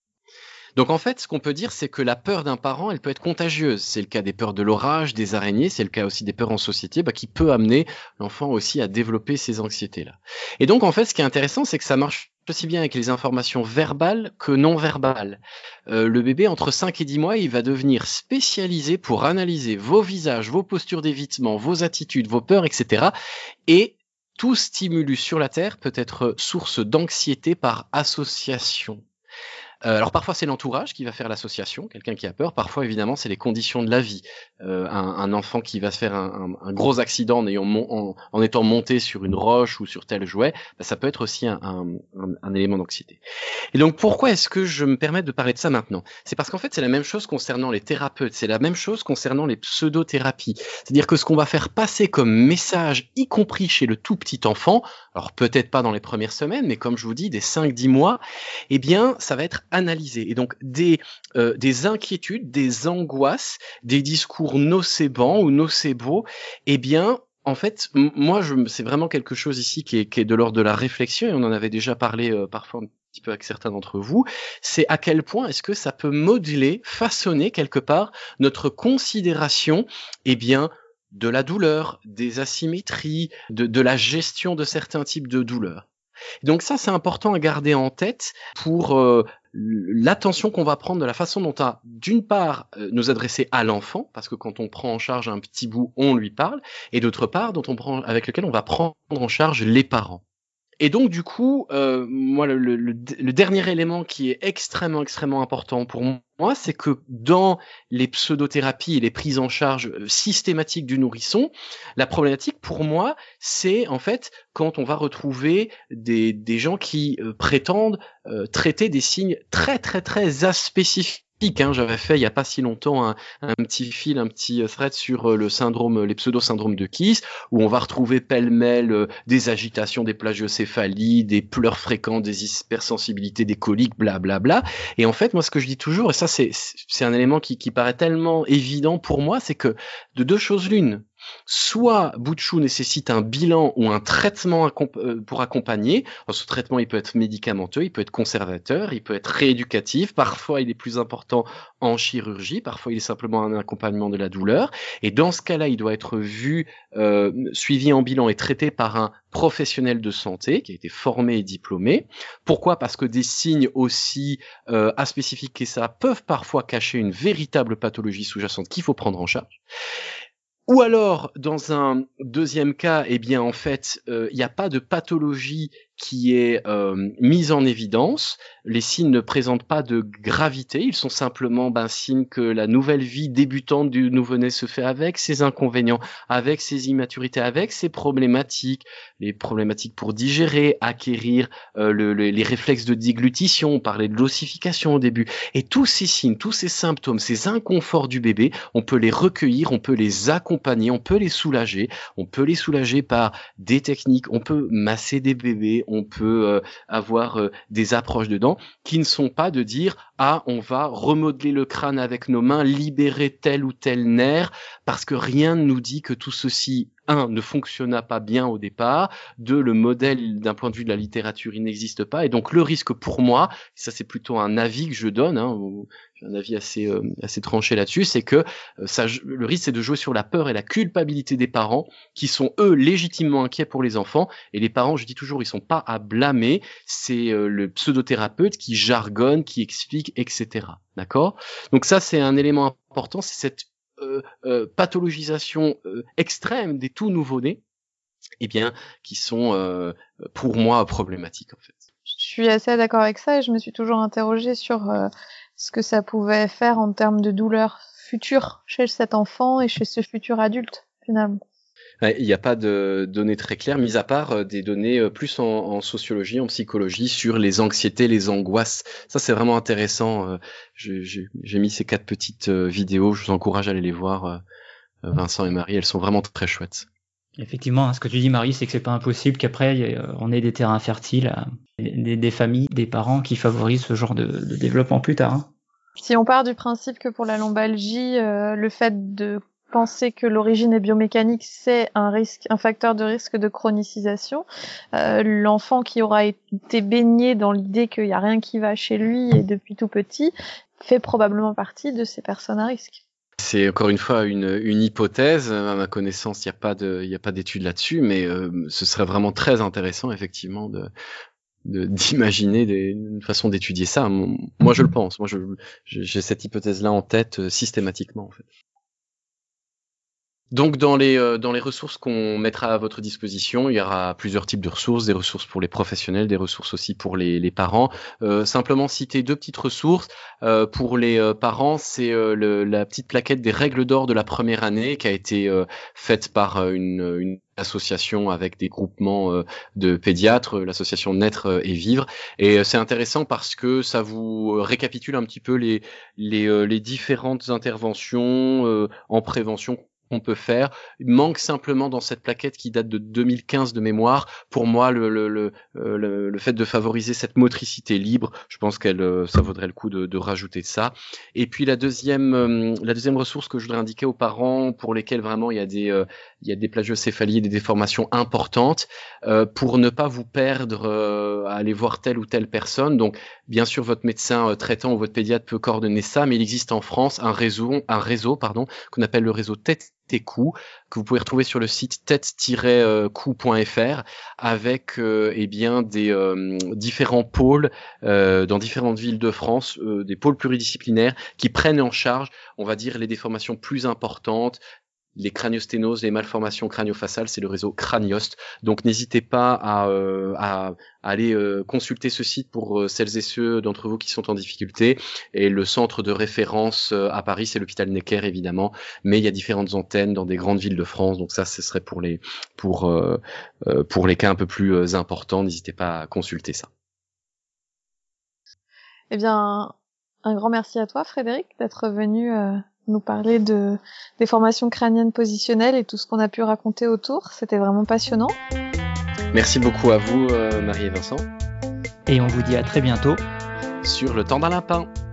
Donc en fait, ce qu'on peut dire, c'est que la peur d'un parent, elle peut être contagieuse. C'est le cas des peurs de l'orage, des araignées, c'est le cas aussi des peurs en société, bah, qui peut amener l'enfant aussi à développer ces anxiétés-là. Et donc en fait, ce qui est intéressant, c'est que ça marche aussi bien avec les informations verbales que non verbales. Euh, le bébé, entre cinq et dix mois, il va devenir spécialisé pour analyser vos visages, vos postures d'évitement, vos attitudes, vos peurs, et cetera. Et tout stimulus sur la Terre peut être source d'anxiété par association. Euh, alors parfois c'est l'entourage qui va faire l'association, quelqu'un qui a peur. Parfois évidemment c'est les conditions de la vie. Euh, un, un enfant qui va se faire un, un, un gros accident en, ayant mon, en, en étant monté sur une roche ou sur tel jouet, bah, ça peut être aussi un, un, un, un élément d'anxiété. Et donc pourquoi est-ce que je me permets de parler de ça maintenant ? C'est parce qu'en fait c'est la même chose concernant les thérapeutes, c'est la même chose concernant les pseudothérapies. C'est-à-dire que ce qu'on va faire passer comme message, y compris chez le tout petit enfant, alors peut-être pas dans les premières semaines, mais comme je vous dis, des cinq dix mois, eh bien ça va être analysé. Et donc des, euh, des inquiétudes, des angoisses, des discours nocébants ou nocébaux, eh bien en fait, m- moi, je, c'est vraiment quelque chose ici qui est, qui est de l'ordre de la réflexion, et on en avait déjà parlé euh, parfois un petit peu avec certains d'entre vous, c'est à quel point est-ce que ça peut modeler, façonner quelque part notre considération, eh bien, de la douleur, des asymétries, de, de la gestion de certains types de douleurs. Donc ça, c'est important à garder en tête pour euh, l'attention qu'on va prendre de la façon dont on va, d'une part, euh, nous adresser à l'enfant, parce que quand on prend en charge un petit bout, on lui parle, et d'autre part, dont on prend, avec lequel on va prendre en charge les parents. Et donc du coup, euh, moi le, le, le dernier élément qui est extrêmement extrêmement important pour moi, c'est que dans les pseudothérapies et les prises en charge systématiques du nourrisson, la problématique pour moi, c'est en fait quand on va retrouver des, des gens qui euh, prétendent euh, traiter des signes très très très aspécifiques. Hein, j'avais fait il y a pas si longtemps un, un petit fil, un petit thread sur le syndrome, les pseudo-syndromes de Kiss, où on va retrouver pêle-mêle euh, des agitations, des plagiocéphalies, des pleurs fréquents, des hypersensibilités, des coliques, blablabla. Et en fait, moi, ce que je dis toujours, et ça, c'est, c'est un élément qui, qui paraît tellement évident pour moi, c'est que de deux choses l'une, soit bout de chou nécessite un bilan ou un traitement pour accompagner. Alors, ce traitement, il peut être médicamenteux, il peut être conservateur, il peut être rééducatif. Parfois, il est plus important en chirurgie. Parfois, il est simplement un accompagnement de la douleur. Et dans ce cas-là, il doit être vu, euh, suivi en bilan et traité par un professionnel de santé qui a été formé et diplômé. Pourquoi ? Parce que des signes aussi euh, aspécifiques que ça peuvent parfois cacher une véritable pathologie sous-jacente qu'il faut prendre en charge. Ou alors, dans un deuxième cas, eh bien, en fait, il euh, n'y a pas de pathologie qui est euh, mise en évidence. Les signes ne présentent pas de gravité. Ils sont simplement ben, signes que la nouvelle vie débutante du nouveau-né se fait avec ses inconvénients, avec ses immaturités, avec ses problématiques, les problématiques pour digérer, acquérir euh, le, le, les réflexes de déglutition. On parlait de l'ossification au début. Et tous ces signes, tous ces symptômes, ces inconforts du bébé, on peut les recueillir, on peut les accompagner, on peut les soulager. On peut les soulager par des techniques, on peut masser des bébés, on peut euh, avoir euh, des approches dedans qui ne sont pas de dire « Ah, on va remodeler le crâne avec nos mains, libérer tel ou tel nerf », parce que rien ne nous dit que tout ceci, un, ne fonctionna pas bien au départ, deux, le modèle d'un point de vue de la littérature, il n'existe pas, et donc le risque pour moi, ça c'est plutôt un avis que je donne, hein, j'ai un avis assez euh, assez tranché là-dessus, c'est que euh, ça, le risque c'est de jouer sur la peur et la culpabilité des parents, qui sont eux légitimement inquiets pour les enfants, et les parents, je dis toujours, ils sont pas à blâmer, c'est euh, le pseudothérapeute qui jargonne, qui explique, et cetera. D'accord ? Donc ça c'est un élément important, c'est cette Euh, euh, pathologisation euh, extrême des tout nouveau-nés, eh bien, qui sont euh, pour moi problématiques en fait. Je suis assez d'accord avec ça et je me suis toujours interrogée sur euh, ce que ça pouvait faire en termes de douleur future chez cet enfant et chez ce futur adulte finalement. Ouais, il n'y a pas de données très claires, mis à part euh, des données euh, plus en, en sociologie, en psychologie, sur les anxiétés, les angoisses. Ça, c'est vraiment intéressant. Euh, j'ai, j'ai, j'ai mis ces quatre petites euh, vidéos. Je vous encourage à aller les voir, euh, Vincent et Marie. Elles sont vraiment très chouettes. Effectivement, hein, ce que tu dis, Marie, c'est que c'est pas impossible qu'après euh, on ait des terrains fertiles, à, des, des familles, des parents qui favorisent ce genre de, de développement plus tard. Hein. Si on part du principe que pour la lombalgie, euh, le fait de penser que l'origine est biomécanique, c'est un risque, un facteur de risque de chronicisation. Euh, l'enfant qui aura été baigné dans l'idée qu'il n'y a rien qui va chez lui et depuis tout petit fait probablement partie de ces personnes à risque. C'est encore une fois une, une hypothèse. À ma connaissance, il n'y a pas de, il n'y a pas d'études là-dessus, mais euh, ce serait vraiment très intéressant, effectivement, de, de d'imaginer des, une façon d'étudier ça. Moi, je le pense. Moi, je, j'ai cette hypothèse-là en tête euh, systématiquement, en fait. Donc dans les euh, dans les ressources qu'on mettra à votre disposition, il y aura plusieurs types de ressources, des ressources pour les professionnels, des ressources aussi pour les les parents. Euh, simplement citer deux petites ressources. Euh, pour les euh, parents, c'est euh, le, la petite plaquette des règles d'or de la première année qui a été euh, faite par euh, une, une association avec des groupements euh, de pédiatres, l'association Naître et Vivre. Et euh, c'est intéressant parce que ça vous récapitule un petit peu les les euh, les différentes interventions euh, en prévention qu'on peut faire. Il manque simplement dans cette plaquette qui date de deux mille quinze de mémoire, pour moi, le, le, le, le, le fait de favoriser cette motricité libre, je pense qu'elle, ça vaudrait le coup de, de rajouter ça. Et puis la deuxième, la deuxième ressource que je voudrais indiquer aux parents, pour lesquels vraiment il y a des, euh, il y a des plagiocéphalies et des déformations importantes, euh, pour ne pas vous perdre euh, à aller voir telle ou telle personne. Donc, bien sûr, votre médecin euh, traitant ou votre pédiatre peut coordonner ça, mais il existe en France un réseau, un réseau, pardon, qu'on appelle le réseau Tête Coup, que vous pouvez retrouver sur le site tête coup point f r, avec euh, eh bien des euh, différents pôles euh, dans différentes villes de France, euh, des pôles pluridisciplinaires qui prennent en charge, on va dire, les déformations plus importantes, les craniosténoses, les malformations crânio-faciales, c'est le réseau Craniost. Donc n'hésitez pas à, euh, à, à aller euh, consulter ce site pour euh, celles et ceux d'entre vous qui sont en difficulté. Et le centre de référence euh, à Paris, c'est l'hôpital Necker évidemment, mais il y a différentes antennes dans des grandes villes de France. Donc ça, ce serait pour les pour euh, euh, pour les cas un peu plus euh, importants. N'hésitez pas à consulter ça. Eh bien, un grand merci à toi, Frédéric, d'être venu euh... nous parler de des formations crâniennes positionnelles et tout ce qu'on a pu raconter autour. C'était vraiment passionnant. Merci beaucoup à vous, euh, Marie et Vincent. Et on vous dit à très bientôt sur Le Temps d'un Lapin.